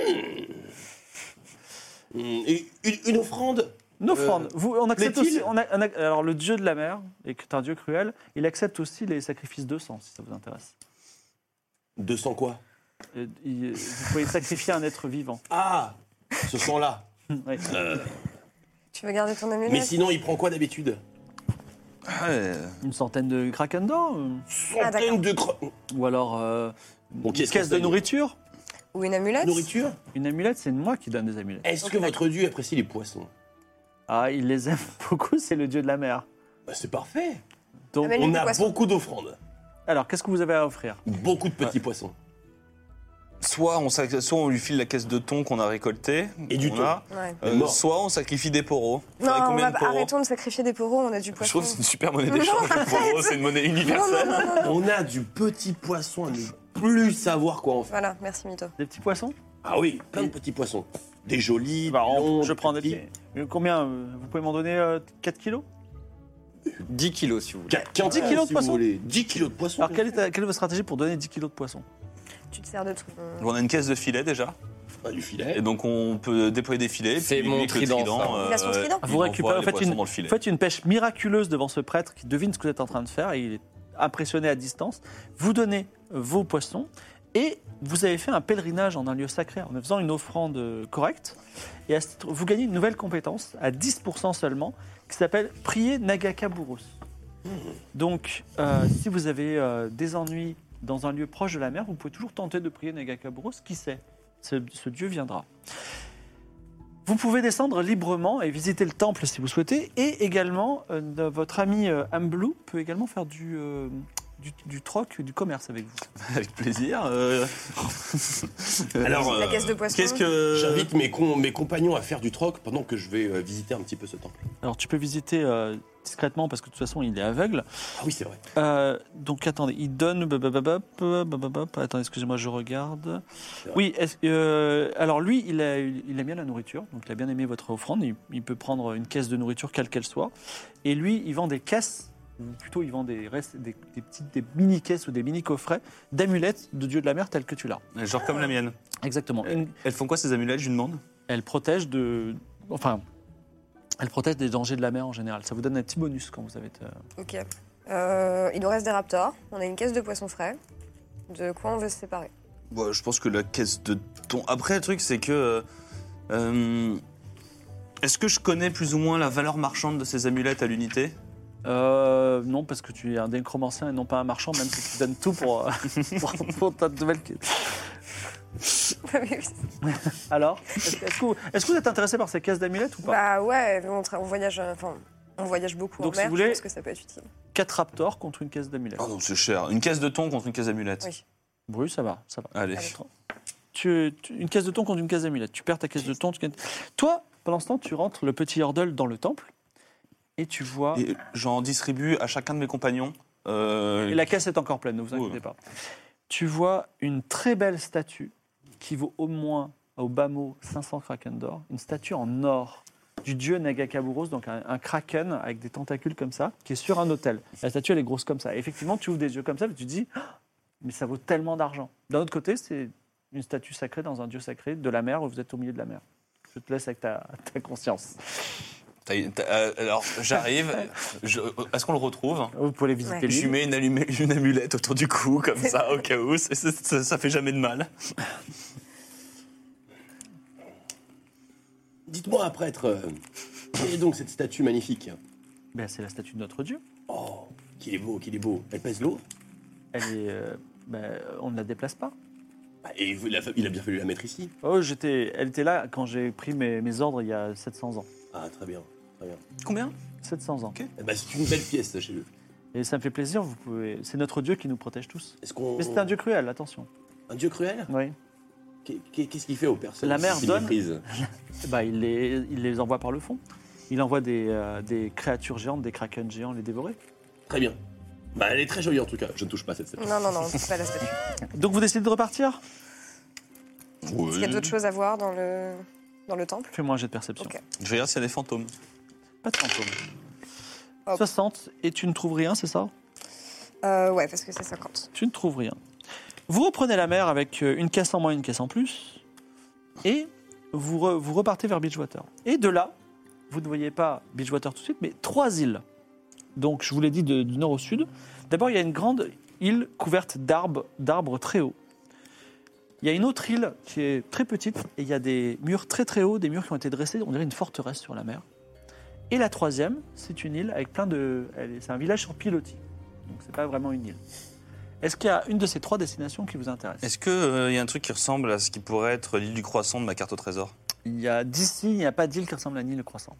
Et une offrande. Une offrande. On accepte plaît-il aussi. Alors, le dieu de la mer, et qui est un dieu cruel, il accepte aussi les sacrifices de sang, si ça vous intéresse. 200 quoi? Vous pouvez sacrifier un être vivant. Ah, ce sang-là. Oui. Tu veux garder ton amulette? Mais sinon, il prend quoi d'habitude? Une centaine de kraken d'or Centaines de ou alors Bon, une qu'est-ce caisse qu'on de fait nourriture. Ou une amulette? Nourriture. Une amulette, c'est moi qui donne des amulettes. Est-ce Ok, que votre dieu apprécie les poissons? Ah, il les aime beaucoup, c'est le dieu de la mer. Bah, c'est parfait. Donc, Amène- On des a poissons. beaucoup d'offrandes. alors, qu'est-ce que vous avez à offrir? Beaucoup de petits poissons. Soit on lui file la caisse de thon qu'on a récoltée. Et du qu'on thon. a, Ouais. Mort. soit on sacrifie des poros. Non, Faudrait combien de poros arrêtons de sacrifier des poros, on a du Je poisson. trouve que c'est une super monnaie d'échange. Les poros, c'est une monnaie universelle. On a du petit poisson à ne plus savoir quoi en faire. Voilà, merci Mito. Des petits poissons? Ah oui, plein de petits poissons. Des jolis, Bah, des longs, je prends des petits. petits. Combien vous pouvez m'en donner 4 kilos? 10 kilos, si vous voulez. 15 10 kilos de poisson. 10 kilos de poisson. Alors, quelle est votre stratégie pour donner 10 kilos de poisson? Tu te sers de tout. On a une caisse de filets déjà. Ah, du filet. Et donc on peut déployer des filets. et C'est puis, mon avec le trident, ça. Il a son trident. il Vous récupérez, envoie les poissons vous dans le filet. faites une pêche miraculeuse devant ce prêtre qui devine ce que vous êtes en train de faire et il est impressionné à distance. Vous donnez vos poissons et vous avez fait un pèlerinage en un lieu sacré en faisant une offrande correcte. Et à ce titre, vous gagnez une nouvelle compétence à 10% seulement qui s'appelle Prier Nagakaburos. Donc, si vous avez des ennuis dans un lieu proche de la mer, vous pouvez toujours tenter de prier Nagakaburos. Qui sait, ce dieu viendra. Vous pouvez descendre librement et visiter le temple si vous souhaitez. Et également, votre ami Amblou peut également faire du troc, du commerce avec vous. Avec plaisir. Alors, La caisse de poisson. Qu'est-ce que. j'invite mes compagnons à faire du troc pendant que je vais visiter un petit peu ce temple. Alors, tu peux visiter discrètement parce que de toute façon, il est aveugle. Ah oui, c'est vrai. Donc, attendez, il donne... Attendez, excusez-moi, je regarde. vrai. Oui, alors lui, il aime bien la nourriture. Donc, il a bien aimé votre offrande. Il peut prendre une caisse de nourriture, quelle qu'elle soit. Et lui, il vend des caisses, ou plutôt, il vend des mini-caisses ou des mini-coffrets d'amulettes de dieu de la mer telles que tu l'as. Genre comme la mienne. Exactement. Elles font quoi ces amulettes, je lui demande? Elle protège elle protège des dangers de la mer en général. Ça vous donne un petit bonus quand vous avez... Ok. Il nous reste des raptors. On a une caisse de poissons frais. De quoi on veut se séparer? Bon, je pense que la caisse de thon. Après, le truc, c'est que. Est-ce que je connais plus ou moins la valeur marchande de ces amulettes à l'unité? Non, parce que tu es un décromancien et non pas un marchand, même si tu donnes tout pour ta nouvelle... Alors, est-ce que vous êtes intéressé par ces caisses d'amulettes ou pas? Bah ouais, on voyage, on voyage beaucoup Donc, en si mer, vous voulez- je pense que ça peut être utile. 4 raptors contre une caisse d'amulettes. Oh non, c'est cher. Une caisse de thon contre une caisse d'amulette. Oui. Oui, ça va. Allez. Allez. Une caisse de thon contre une caisse d'amulettes. Tu perds ta caisse de thon. Toi, pendant ce temps, tu rentres le petit Yordle dans le temple et tu vois... Et j'en distribue à chacun de mes compagnons. Et la caisse est encore pleine, ne vous inquiétez pas. Tu vois une très belle statue qui vaut au moins, au bas mot, 500 kraken d'or. Une statue en or du dieu Nagakaburos, donc un kraken avec des tentacules comme ça, qui est sur un autel. La statue, elle est grosse comme ça. Et effectivement, tu ouvres des yeux comme ça et tu te dis, ah, mais ça vaut tellement d'argent. D'un autre côté, c'est une statue sacrée dans un dieu sacré de la mer où vous êtes au milieu de la mer. Je te laisse avec ta conscience. Alors, j'arrive. Est-ce qu'on le retrouve? Vous pouvez visiter Ouais. l'île. Je lui mets une amulette autour du cou, comme ça, au cas où. Ça fait jamais de mal. Dites-moi, prêtre, quelle est donc cette statue magnifique? Ben, c'est la statue de notre dieu. Oh, qu'il est beau, qu'il est beau. Elle pèse lourd? Elle est, on ne la déplace pas. Bah, et il a bien fallu la mettre ici. Oh, elle était là quand j'ai pris mes ordres il y a 700 ans. Ah, très bien, très bien. Combien 700 ans. Eh ben, c'est une belle pièce, sachez-le. Et ça me fait plaisir, c'est notre dieu qui nous protège tous. Est-ce qu'on... Mais c'est un dieu cruel, attention. Un dieu cruel? Oui. Qu'est-ce qu'il fait aux personnes La mer qui donne. méprisent? Bah, il les envoie par le fond. Il envoie des créatures géantes, des krakens géants les dévorer. Très bien. Bah, elle est très jolie en tout cas. Je ne touche pas cette statue. Non, c'est pas la statue. Donc vous décidez de repartir? Est-ce qu'il y a d'autres choses à voir dans le temple? Fais-moi un jet de perception. Ok. Je regarde s'il y a des fantômes. Pas de fantôme. Hop. 60, et tu ne trouves rien, c'est ça? Ouais, parce que c'est 50. Tu ne trouves rien. Vous reprenez la mer avec une caisse en moins, une caisse en plus, et vous repartez vers Beachwater. Et de là, vous ne voyez pas Beachwater tout de suite, mais 3 îles. Donc, je vous l'ai dit du nord au sud. D'abord, il y a une grande île couverte d'arbres très hauts. Il y a une autre île qui est très petite, et il y a des murs très très hauts, des murs qui ont été dressés, on dirait une forteresse sur la mer. Et la troisième, c'est une île avec c'est un village sur pilotis. Donc, c'est pas vraiment une île. Est-ce qu'il y a une de ces 3 destinations qui vous intéresse? Est-ce qu'il y a un truc qui ressemble à ce qui pourrait être l'île du croissant de ma carte au trésor? D'ici, il n'y a pas d'île qui ressemble à l'île Croissant.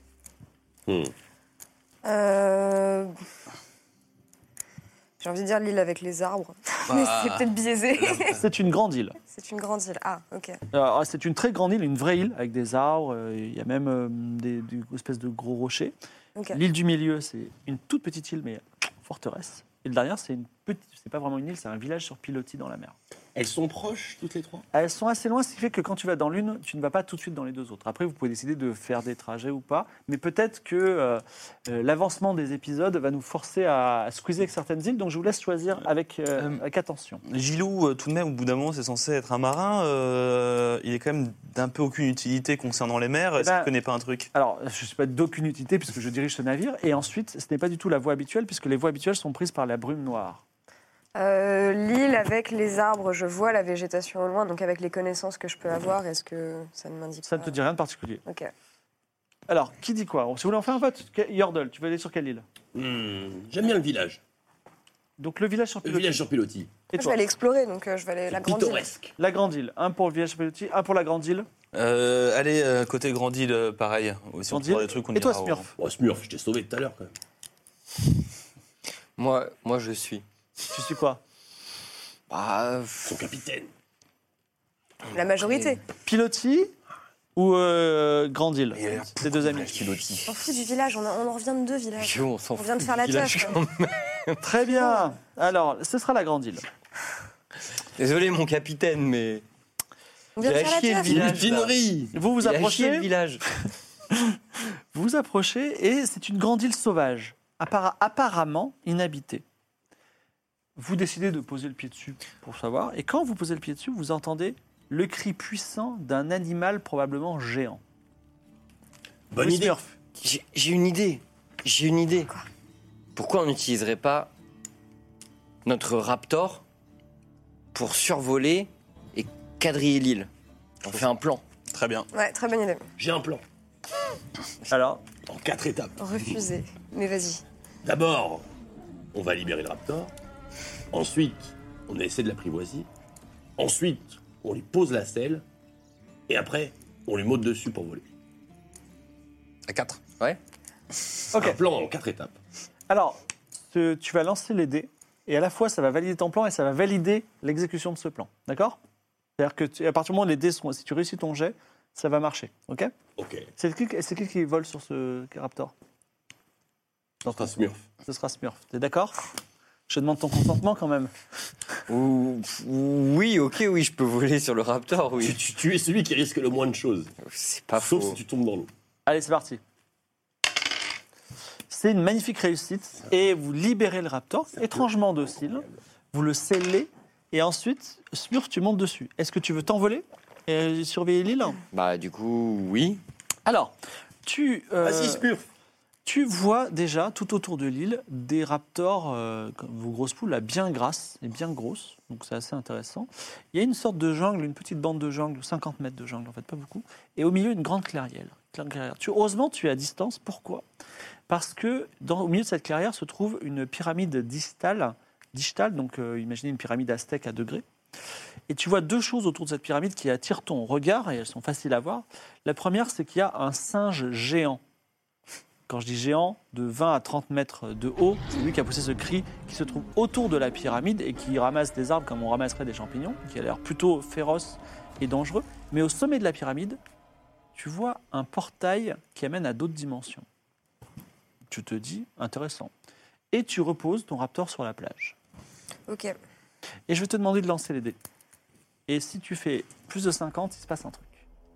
J'ai envie de dire l'île avec les arbres, mais c'est peut-être biaisé. C'est une grande île. C'est une grande île. Ah, ok. Alors, c'est une très grande île, une vraie île avec des arbres. Il y a même des espèces de gros rochers. Ok. L'île du milieu, c'est une toute petite île, mais forteresse. Et le derrière, c'est c'est pas vraiment une île, c'est un village sur pilotis dans la mer. Elles sont proches, toutes les 3? Elles sont assez loin, ce qui fait que quand tu vas dans l'une, tu ne vas pas tout de suite dans les 2 autres. Après, vous pouvez décider de faire des trajets ou pas, mais peut-être que l'avancement des épisodes va nous forcer à squeezer avec certaines îles, donc je vous laisse choisir avec attention. Gilou, tout de même, au bout d'un moment, c'est censé être un marin. Il est quand même d'un peu aucune utilité concernant les mers. Est-ce qu'il ne connaît pas un truc? Alors, je ne suis pas d'aucune utilité puisque je dirige ce navire, et ensuite, ce n'est pas du tout la voie habituelle, puisque les voies habituelles sont prises par la brume noire. L'île avec les arbres, je vois la végétation au loin, donc avec les connaissances que je peux avoir, est-ce que ça ne m'indique Ça pas ne te dit rien de particulier. Ok. Alors, qui dit quoi? Si vous voulez en faire un vote, Yordle, tu veux aller sur quelle île? J'aime bien le village. Donc, le village sur Le pilotis. village sur pilotis. Et Je vais toi? aller explorer, donc je vais aller la grande île. Pittoresque. La grande île. Un pour le village sur pilotis, un pour la grande île. Allez, côté grande île, pareil. Si on Grande trouve île. des trucs, on Et toi, ira au- Smurf? Oh, Smurf, je t'ai sauvé tout à l'heure quand même. Moi, je suis. Tu suis quoi? Bah, Son capitaine. La majorité. Pilotis ou grande île? Ces 2 amis. On s'en fout du village, on en revient de 2 villages. on s'en On fout. vient de faire la du village, teuf. quand même. Très bien. Alors, ce sera la grande île. Désolé, mon capitaine, mais. On vient de J'ai faire chier la le teuf. village. là. Mutinerie. Vous vous Il a chié approchez. le village. Vous vous approchez et c'est une grande île sauvage, apparemment inhabitée. Vous décidez de poser le pied dessus pour savoir, et quand vous posez le pied dessus, vous entendez le cri puissant d'un animal probablement géant. Bonne Oui, idée. Smurf. J'ai une idée. J'ai une idée. Quoi? Pourquoi on n'utiliserait pas notre Raptor pour survoler et quadriller l'île? On fait un plan. Très bien. Ouais, très bonne idée. J'ai un plan. Alors, En 4 étapes. Refusé. Mais vas-y. D'abord, on va libérer le raptor. Ensuite, on essaie de l'apprivoiser. Ensuite, on lui pose la selle. Et après, on lui monte dessus pour voler. À 4. Ouais. ok. Un plan en 4 étapes. Alors, tu vas lancer les dés, et à la fois ça va valider ton plan et ça va valider l'exécution de ce plan. D'accord? C'est-à-dire que à partir du moment où les dés sont, si tu réussis ton jet, ça va marcher. Ok? Ok. C'est qui vole sur ce Raptor? Ça sera Smurf. Ce sera Smurf. T'es d'accord? Je demande ton consentement quand même. Oui, ok, oui, je peux voler sur le Raptor, oui. Tu es celui qui risque le moins de choses. C'est pas Sauf faux. si tu tombes dans l'eau. Allez, c'est parti. C'est une magnifique réussite et vous libérez le Raptor, étrangement docile, vous le scellez et ensuite, Smurf, tu montes dessus. Est-ce que tu veux t'envoler et surveiller l'île? Bah, du coup, oui. Alors, tu Vas-y, Smurf. Tu vois déjà tout autour de l'île des raptors, comme vos grosses poules, là, bien grasses et bien grosses. Donc c'est assez intéressant. Il y a une sorte de jungle, une petite bande de jungle, 50 mètres de jungle en fait, pas beaucoup. Et au milieu, une grande clairière. Heureusement, tu es à distance. Pourquoi ? Parce que au milieu de cette clairière se trouve une pyramide distale, donc imaginez une pyramide aztèque à degrés. Et tu vois deux choses autour de cette pyramide qui attirent ton regard, et elles sont faciles à voir. La première, c'est qu'il y a un singe géant. Quand je dis géant, de 20 à 30 mètres de haut, c'est lui qui a poussé ce cri, qui se trouve autour de la pyramide et qui ramasse des arbres comme on ramasserait des champignons, qui a l'air plutôt féroce et dangereux. Mais au sommet de la pyramide, tu vois un portail qui amène à d'autres dimensions. Tu te dis, intéressant. Et tu reposes ton raptor sur la plage. Ok. Et je vais te demander de lancer les dés. Et si tu fais plus de 50, il se passe un truc.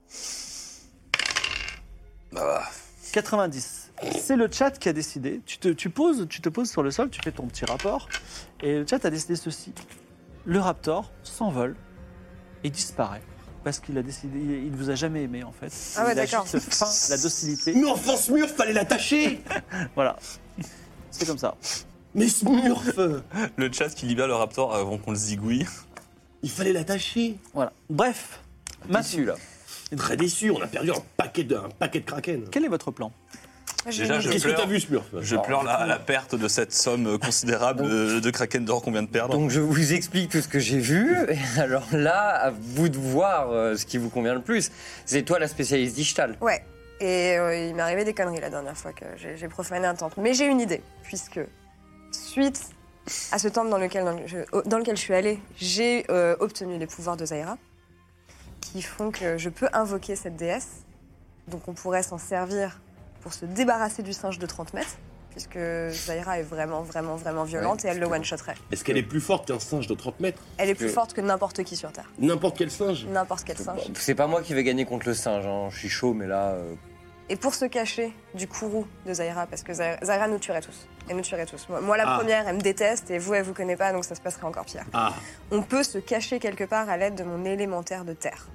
90. C'est le chat qui a décidé. Tu te poses sur le sol, tu fais ton petit rapport. Et le chat a décidé ceci. Le raptor s'envole et disparaît. Parce qu'il a décidé, il ne vous a jamais aimé en fait. Ah ouais, il a d'accord. juste faim, la docilité. Smurf, fallait l'attacher. Voilà. C'est comme ça. Mais Smurf, Le chat qui libère le raptor avant qu'on le zigouille. il fallait l'attacher. Voilà. Bref. Déçu, là. Très déçu, on a perdu un paquet de kraken. Quel est votre plan ? Déjà, je Qu'est-ce que pleure. t'as vu, Smurf? Je pleure la perte de cette somme considérable de kraken d'or qu'on vient de perdre. Donc je vous explique tout ce que j'ai vu. Et alors là, à vous de voir ce qui vous convient le plus. C'est toi la spécialiste d'Ishtal. Ouais. Et il m'est arrivé des conneries la dernière fois que j'ai profané un temple. Mais j'ai une idée, puisque suite à ce temple dans lequel je suis allée, j'ai obtenu les pouvoirs de Zaira, qui font que je peux invoquer cette déesse. Donc on pourrait s'en servir pour se débarrasser du singe de 30 mètres, puisque Zaira est vraiment violente et elle le one-shotterait. Est-ce qu'elle est plus forte qu'un singe de 30 mètres? Elle est plus forte que n'importe qui sur Terre. N'importe quel singe? N'importe quel singe. C'est pas moi qui vais gagner contre le singe. Hein. Je suis chaud, mais là. Et pour se cacher du courroux de Zaira, parce que Zaira nous tuerait tous. Elle nous tuerait tous. Moi, la première, elle me déteste, et vous, elle vous connaît pas, donc ça se passerait encore pire. Ah, On peut se cacher quelque part à l'aide de mon élémentaire de terre.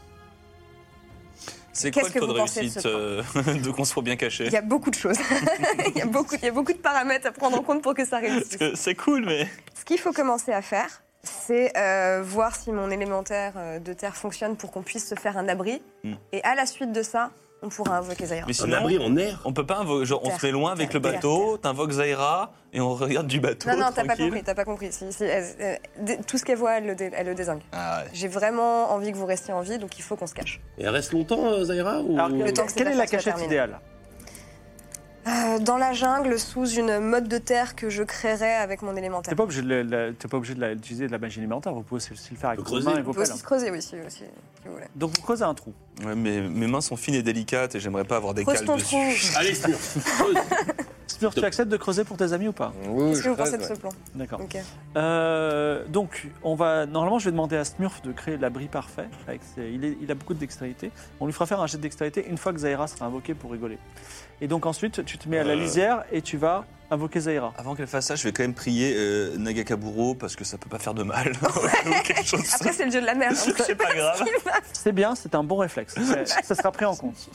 C'est quoi Qu'est-ce le que taux de vous pensez de réussite ce de qu'on soit bien caché Il y a beaucoup de choses. il y a beaucoup de paramètres à prendre en compte pour que ça réussisse. C'est cool, mais... Ce qu'il faut commencer à faire, c'est voir si mon élémentaire de terre fonctionne pour qu'on puisse se faire un abri. Et à la suite de ça, on pourra invoquer Zaira. Mais un sinon, abri en air? on peut pas invoquer... Genre, on se met loin avec le Terre, bateau, t'invoques Zaira, et on regarde du bateau, Non, t'as tranquille. pas compris. Tout ce qu'elle voit, elle le désingue. Ah ouais. J'ai vraiment envie que vous restiez en vie, donc il faut qu'on se cache. Et elle reste longtemps, Zaira ou... Alors, Le temps que quelle cette est la affaire soit cachette terminée. idéale ? Dans la jungle, sous une mode de terre que je créerais avec mon élémentaire. T'es pas obligé d'utiliser de la magie élémentaire, vous pouvez aussi le faire avec On peut vos creuser. mains et On vos peut pelles. aussi se creuser, oui, si vous voulez. Donc vous creusez un trou. Ouais, mais mes mains sont fines et délicates et j'aimerais pas avoir des Creuse cales ton dessus. trou. Allez, Smurf, creuse. Smurf, tu acceptes de creuser pour tes amis ou pas ? Oui, Qu'est-ce que je vous pensez creuse, de ce ouais. plan D'accord. Ok. Donc, normalement, je vais demander à Smurf de créer l'abri parfait. Il a beaucoup de dextérité. On lui fera faire un jet de dextérité une fois que Zaira sera invoquée pour rigoler. Et donc ensuite, tu te mets à la lisière et tu vas invoquer Zaira. Avant qu'elle fasse ça, je vais quand même prier Nagakaburo parce que ça peut pas faire de mal. Ou quelque chose. Après, c'est le dieu de la mer. hein. C'est pas grave. C'est bien, c'est un bon réflexe. Ça sera pris en compte.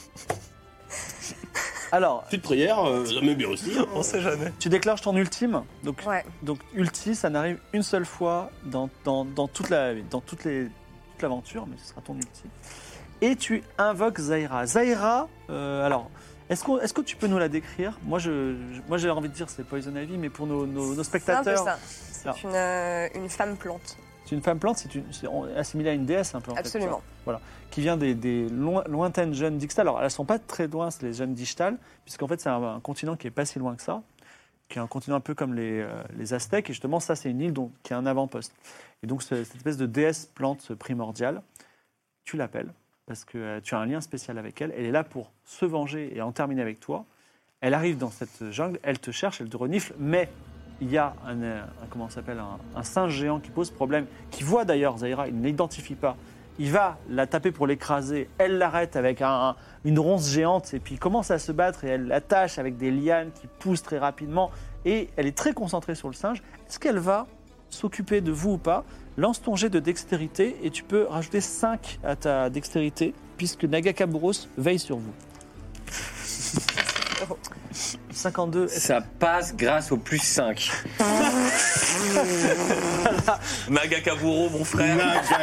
Alors, Petite prière, ça m'est bien aussi. Hein. On sait jamais. tu déclenches ton ultime. Donc, Ouais. donc ulti, ça n'arrive une seule fois dans toute l'aventure, mais ce sera ton ulti. Et tu invoques Zaira. Zaira, alors, est-ce que tu peux nous la décrire ? Moi, j'ai envie de dire c'est Poison Ivy, mais pour nos C'est un peu spectateurs, ça. Alors. C'est une femme plante. c'est une femme plante, c'est assimilé à une déesse un peu. En fait, Absolument. qui vient des lointaines jeunes d'Ixtal. Alors, elles ne sont pas très loin, c'est les jeunes d'Ixtal, puisqu'en fait, c'est un continent qui n'est pas si loin que ça, qui est un continent un peu comme les Aztèques. Et justement, ça, c'est une île qui a un avant-poste. Et donc, cette espèce de déesse plante primordiale, tu l'appelles, parce que tu as un lien spécial avec elle. Elle est là pour se venger et en terminer avec toi. Elle arrive dans cette jungle, elle te cherche, elle te renifle, mais il y a un singe géant qui pose problème, qui voit d'ailleurs Zaira, il ne l'identifie pas. Il va la taper pour l'écraser, elle l'arrête avec une ronce géante et puis il commence à se battre et elle l'attache avec des lianes qui poussent très rapidement et elle est très concentrée sur le singe. Est-ce qu'elle va s'occuper de vous ou pas ? Lance ton jet de dextérité et tu peux rajouter 5 à ta dextérité puisque Nagakaburos veille sur vous. 52. Ça passe grâce au plus 5. Magakaburo, mon frère.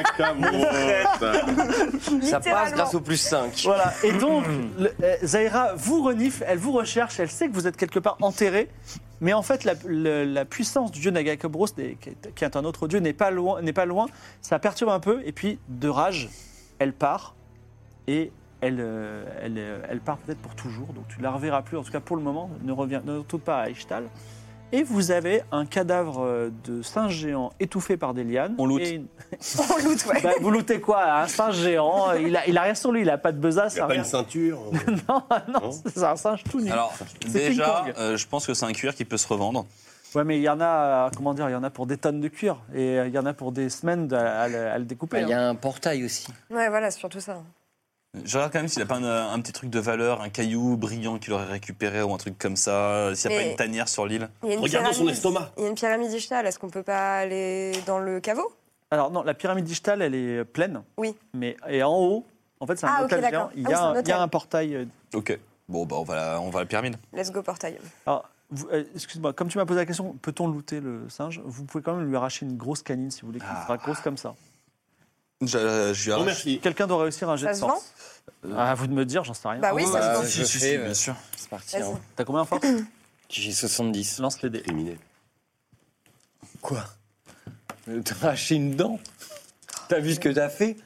Ça passe Littéralement. grâce au plus 5. Voilà. Et donc, Zaira vous renifle, elle vous recherche, elle sait que vous êtes quelque part enterré. Mais en fait, la puissance du dieu Nagakabros, qui est un autre dieu, n'est pas loin. Ça perturbe un peu. Et puis, de rage, elle part. Et elle part peut-être pour toujours. Donc, tu ne la reverras plus. En tout cas, pour le moment, ne retourne pas à Ishtal. Et vous avez un cadavre de singe géant étouffé par des lianes. On loot. On loot, ouais. Bah, vous lootez quoi? Un singe géant. Il a rien sur lui. Il a pas de besace. Il n'y a pas rien. une ceinture. Non, Non. c'est un singe tout nu. Alors, C'est déjà, Ping-Pong. je pense que c'est un cuir qui peut se revendre. Ouais, mais il y en a, comment dire, il y en a pour des tonnes de cuir et il y en a pour des semaines à le découper. Il y a un portail aussi. Ouais, voilà, c'est surtout ça. Je regarde quand même s'il n'a pas un petit truc de valeur, un caillou brillant qu'il aurait récupéré ou un truc comme ça, s'il n'y a Mais- pas une tanière sur l'île. Il y a une Regardons son pyramide- estomac. Il y a une pyramide Ishtal, est-ce qu'on peut pas aller dans le caveau? Alors non, la pyramide d'Ishtal, elle est pleine. Oui. Et en haut, en fait, c'est un Ah, ok, hôtel géant. d'accord. Il Ah y oui, c'est un a hôtel. un portail. Ok. Bon, bah on va à la pyramide. Let's go portail. Alors, excuse-moi, comme tu m'as posé la question, peut-on looter le singe? Vous pouvez quand même lui arracher une grosse canine si vous voulez, qui sera grosse comme ça. Je lui Non, arrache. merci. Quelqu'un doit réussir un jet Ça de se force. À vous de me dire, j'en sais rien. Bah oui, ça bah, se je vend. fais, bien sûr. C'est parti. Vas-y. Hein. T'as combien en force? J'ai 70. Lance les dés. Criminel. Quoi? T'as arraché une dent? T'as vu ce que t'as fait?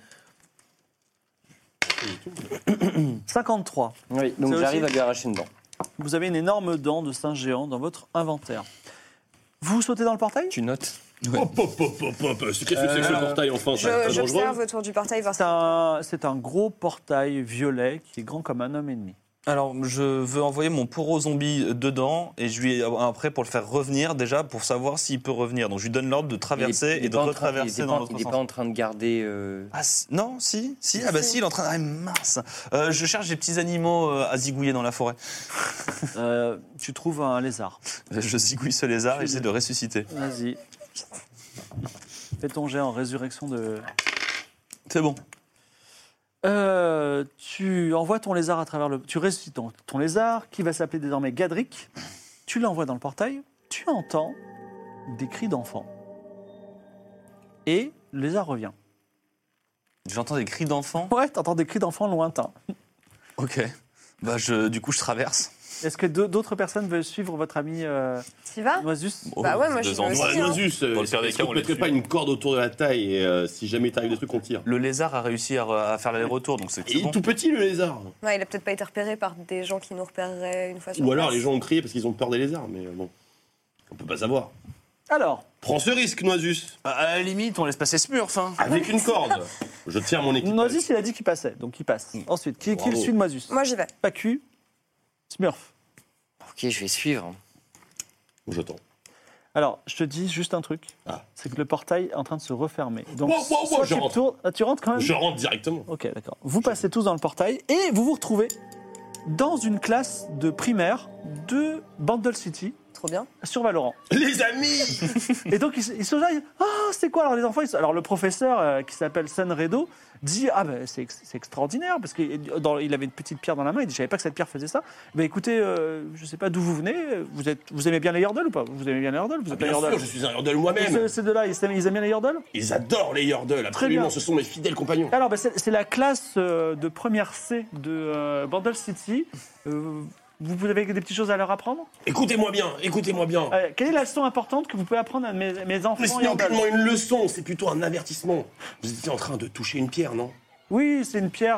53. Oui, donc C'est j'arrive à aussi- lui arracher une dent. Vous avez une énorme dent de singe géant dans votre inventaire. Vous sautez dans le portail? Tu notes? Hop, hop, hop, hop, hop. Qu'est-ce que c'est que ce portail, enfin? C'est pas J'observe dangereux. autour du portail voir C'est un gros portail violet qui est grand comme un homme et demi. Alors, je veux envoyer mon poro zombie dedans et je lui après pour le faire revenir déjà pour savoir s'il peut revenir. Donc je lui donne l'ordre de traverser et de retraverser dans l'autre Il n'est sens. pas en train de garder. Ah non, si. Ah bah si, il est en train de... Ah mince. Je cherche des petits animaux à zigouiller dans la forêt. Tu trouves un lézard. Je zigouille ce lézard et j'essaie de ressusciter. Vas-y. Fais ton jet en résurrection de... C'est bon. Tu envoies ton lézard à travers le... Tu ressuscites ton lézard, qui va s'appeler désormais Gadrick. Tu l'envoies dans le portail. Tu entends des cris d'enfants. Et le lézard revient. J'entends des cris d'enfants. Ouais, t'entends des cris d'enfants lointains. Ok. Bah du coup je traverse. Est-ce que d'autres personnes veulent suivre votre ami T'y vas? Noisus? Bah ouais, moi, je Deux suis endroits. aussi, Ouais, hein. Noisus, Dans le pire des est-ce cas, qu'on on ne les mettrait tue. pas une corde autour de la taille et si jamais t'arrive des trucs, on tire? Le lézard a réussi à faire l'aller-retour, donc c'est Il est bon. tout petit, le lézard. Ouais, il a peut-être pas été repéré par des gens qui nous repéreraient une fois sur Ou alors place. les gens ont crié parce qu'ils ont peur des lézards, mais bon, on peut pas savoir. Alors, Prends ce risque, Noisus, À la limite, on laisse passer Smurf. Hein. avec une corde. Je tiens mon équipage. Noisus, il a dit qu'il passait, donc il passe. Ensuite, qui Bravo. le suit de Noisus? Moi, j'y vais. Pacu, Smurf. Ok, je vais suivre. J'attends. Alors, je te dis juste un truc. Ah. C'est que le portail est en train de se refermer. Donc, Wow, wow, wow, soit je tu rentre. tournes- Ah, tu rentres quand même? Je rentre directement. Ok, d'accord. Vous passez tous dans le portail et vous vous retrouvez dans une classe de primaire de Bandle City Trop bien. sur Valorant. Les amis. Et donc, ils se disent, ah, c'est quoi alors les enfants? Alors, le professeur qui s'appelle Sunredo dit, ah ben c'est extraordinaire, parce qu'il avait une petite pierre dans la main, il dit, je savais pas que cette pierre faisait ça. Ben écoutez, je sais pas d'où vous venez, vous aimez bien les Yordles ou pas? Vous aimez bien les Yordles? Vous êtes pas Bien sûr, Yordle? je suis un Yordle moi-même. Ces deux-là, ils aiment bien les Yordles? Ils adorent les Yordles, absolument. bien. Ce sont mes fidèles compagnons. Alors, ben, c'est la classe de première C de Bandle City. Vous avez des petites choses à leur apprendre? Écoutez-moi bien, écoutez-moi bien. Quelle est la leçon importante que vous pouvez apprendre à mes enfants Mais ce n'est Yordles? aucunement une leçon, c'est plutôt un avertissement. Vous étiez en train de toucher une pierre, non? Oui, c'est une pierre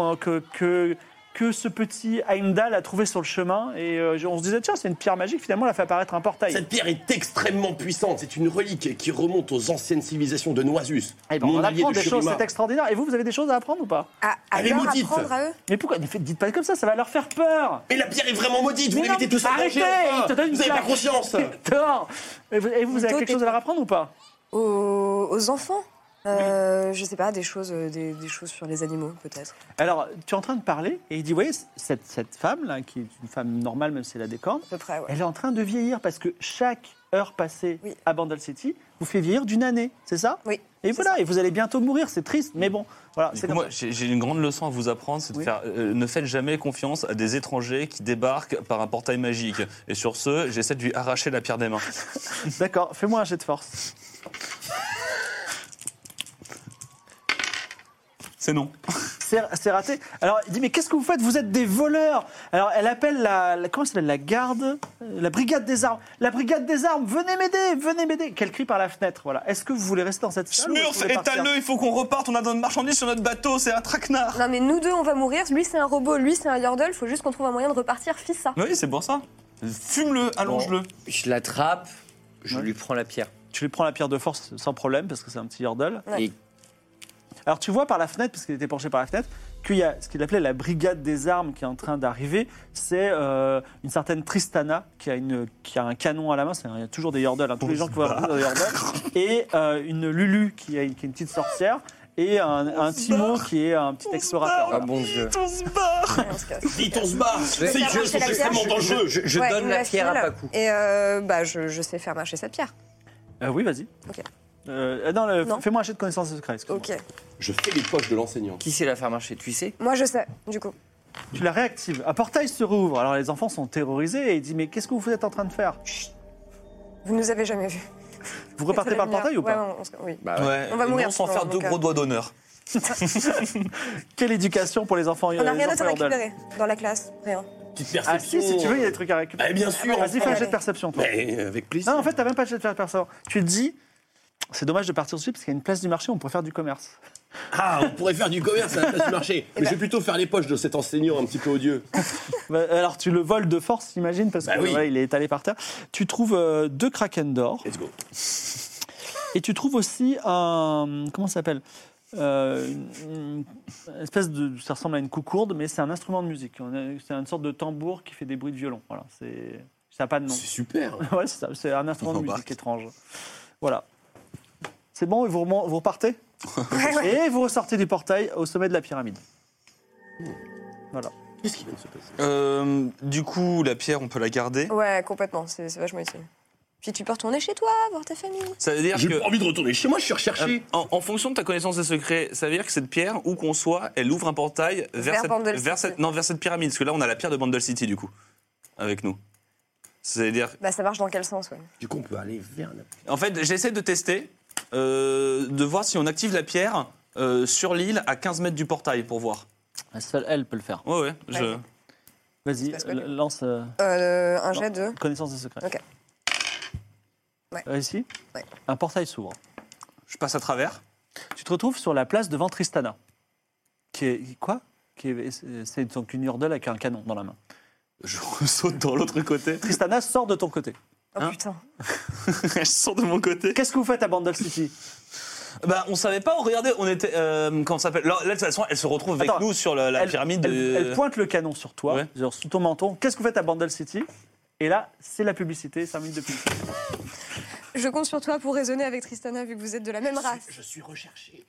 que ce petit Heimdall a trouvée sur le chemin. Et on se disait, tiens, c'est une pierre magique. Finalement, elle a fait apparaître un portail. Cette pierre est extrêmement puissante. C'est une relique qui remonte aux anciennes civilisations de Noisus. Eh ben, on mon allié apprend de des choses, Shurima. c'est extraordinaire. Et vous avez des choses à apprendre ou pas? À Elle est leur maudite. apprendre à eux? Mais pourquoi? Dites pas comme ça va leur faire peur. Mais la pierre est vraiment maudite. Vous Mais non, méritez tout ça. arrêtez, il te donne une Vous n'avez pas claque. conscience. Dehors. Et vous avez Toi, quelque t'es chose à leur apprendre ou pas? Aux enfants? Je sais pas, des choses sur les animaux, peut-être. Alors, tu es en train de parler et il dit, vous voyez, cette femme-là, qui est une femme normale, même si elle a des cornes, À peu près, ouais. elle est en train de vieillir parce que chaque heure passée Oui. à Bandle City vous fait vieillir d'une année, c'est ça? Oui. Et voilà, et vous allez bientôt mourir, c'est triste, mais bon, voilà. Du C'est coup, comme moi, j'ai une grande leçon à vous apprendre, c'est de faire, ne faites jamais confiance à des étrangers qui débarquent par un portail magique. Et sur ce, j'essaie de lui arracher la pierre des mains. ça. D'accord, fais-moi un jet de force. C'est non. C'est raté. Alors, il dit, mais qu'est-ce que vous faites? Vous êtes des voleurs. Alors, elle appelle comment ça s'appelle? La garde, la brigade des armes. La brigade des armes, venez m'aider. Qu'elle crie par la fenêtre, voilà. Est-ce que vous voulez rester dans cette salle? Smurf, étale-le, il faut qu'on reparte, on a notre marchandise sur notre bateau, c'est un traquenard. Non mais nous deux on va mourir, lui c'est un robot, lui c'est un Yordle, faut juste qu'on trouve un moyen de repartir, fils ça. Oui, c'est pour ça. Fume-le, allonge-le. Je l'attrape, je lui prends la pierre. Tu lui prends la pierre de force sans problème, parce que c'est un petit Yordle. Ouais. Et Alors tu vois par la fenêtre, parce qu'il était penché par la fenêtre, qu'il y a ce qu'il appelait la brigade des armes qui est en train d'arriver. C'est une certaine Tristana qui a un canon à la main. Il y a toujours des Yordles, tous les gens qui voient des Yordles. Et une Lulu qui est une petite sorcière. Et un Timo qui est un petit explorateur. ah bon Dieu. Vite, on se barre. vais Ces faire jeux marcher sont la pierre. extrêmement dangereux. Je Ouais, donne il me la pierre à file. Pakou. Et je sais faire marcher cette pierre. Oui, vas-y. Ok. Non, fais-moi un jet de connaissance secrète. excuse-moi. Ok. Je fais les poches de l'enseignant. Qui sait la faire marcher, tu sais? Moi je sais, du coup. Tu la réactives. Un portail se rouvre. Alors les enfants sont terrorisés et il dit mais qu'est-ce que vous êtes en train de faire? Vous nous avez jamais vus. Vous repartez par le portail ou pas? Oui. Bah Ouais, On va mourir, non, sans faire donc, deux gros doigts d'honneur. Quelle éducation pour les enfants? On n'a rien d'autre à Yordle. récupérer dans la classe, rien. Petite perception. Ah si tu veux, il y a des trucs à récupérer. Bah, bien sûr. Vas-y, fais un jet de perception, toi. Mais avec plaisir. Non, en fait, t'as même pas de jet de perception. Tu te dis, c'est dommage de partir tout de suite parce qu'il y a une place du marché, on pourrait faire du commerce. Ah, on pourrait faire du commerce à la place du marché. Mais je vais plutôt faire les poches de cet enseignant un petit peu odieux. Alors, tu le voles de force, j'imagine, parce Bah que oui. il est étalé par terre. Tu trouves 2 kraken d'or. Let's go. Et tu trouves aussi un. Comment ça s'appelle une espèce de. Ça ressemble à une coucourde, mais c'est un instrument de musique. C'est une sorte de tambour qui fait des bruits de violon. Voilà, ça n'a pas de nom. C'est super. Ouais, c'est ça. C'est un instrument de Embarque. musique étrange. Voilà. C'est bon, et vous repartez Ouais. Et vous ressortez du portail au sommet de la pyramide. Voilà. Qu'est-ce qui vient de se passer? Du coup, la pierre, on peut la garder. Ouais, complètement, c'est vachement utile. Puis tu peux retourner chez toi, voir ta famille. Ça veut dire J'ai que, pas envie de retourner chez moi, je suis recherché. en fonction de ta connaissance des secrets, ça veut dire que cette pierre, où qu'on soit, elle ouvre un portail vers Bandle City. cette pyramide. Parce que là, on a la pierre de Bandle City, du coup, avec nous. C'est-à-dire, Bah ça marche dans quel sens, ouais. Du coup, on peut aller vers la... en fait, j'essaie de tester, de voir si on active la pierre sur l'île à 15 mètres du portail pour voir. Seule elle peut le faire. Ouais. Vas-y, passe quoi, lui lance Un jet de... connaissance des secrets. Ok. Ouais. Réussi Ouais. Un portail s'ouvre. Je passe à travers. Tu te retrouves sur la place devant Tristana. C'est donc une Yordle avec un canon dans la main. Je saute dans l'autre côté. Tristana sort de ton côté. Oh Hein putain. Je sors de mon côté. Qu'est-ce que vous faites à Bandle City? Bah, on savait pas. Regardez, on était. Comment ça s'appelle? Là, de toute façon, elle se retrouve avec Attends, nous sur la pyramide. Elle pointe le canon sur toi, Ouais. genre sous ton menton. Qu'est-ce que vous faites à Bandle City? Et là, c'est la publicité, 5 minutes de publicité. Je compte sur toi pour raisonner avec Tristana vu que vous êtes de la même race. Je suis recherché.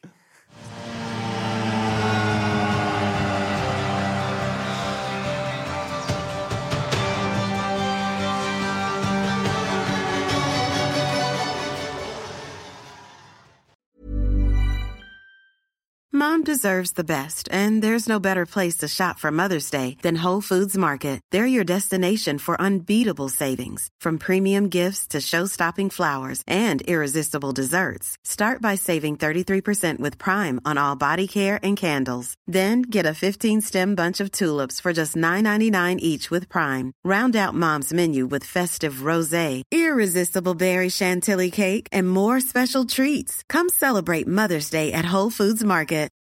Mom deserves the best, and there's no better place to shop for Mother's Day than Whole Foods Market. They're your destination for unbeatable savings, from premium gifts to show-stopping flowers and irresistible desserts. Start by saving 33% with Prime on all body care and candles. Then get a 15-stem bunch of tulips for just $9.99 each with Prime. Round out Mom's menu with festive rosé, irresistible berry chantilly cake, and more special treats. Come celebrate Mother's Day at Whole Foods Market.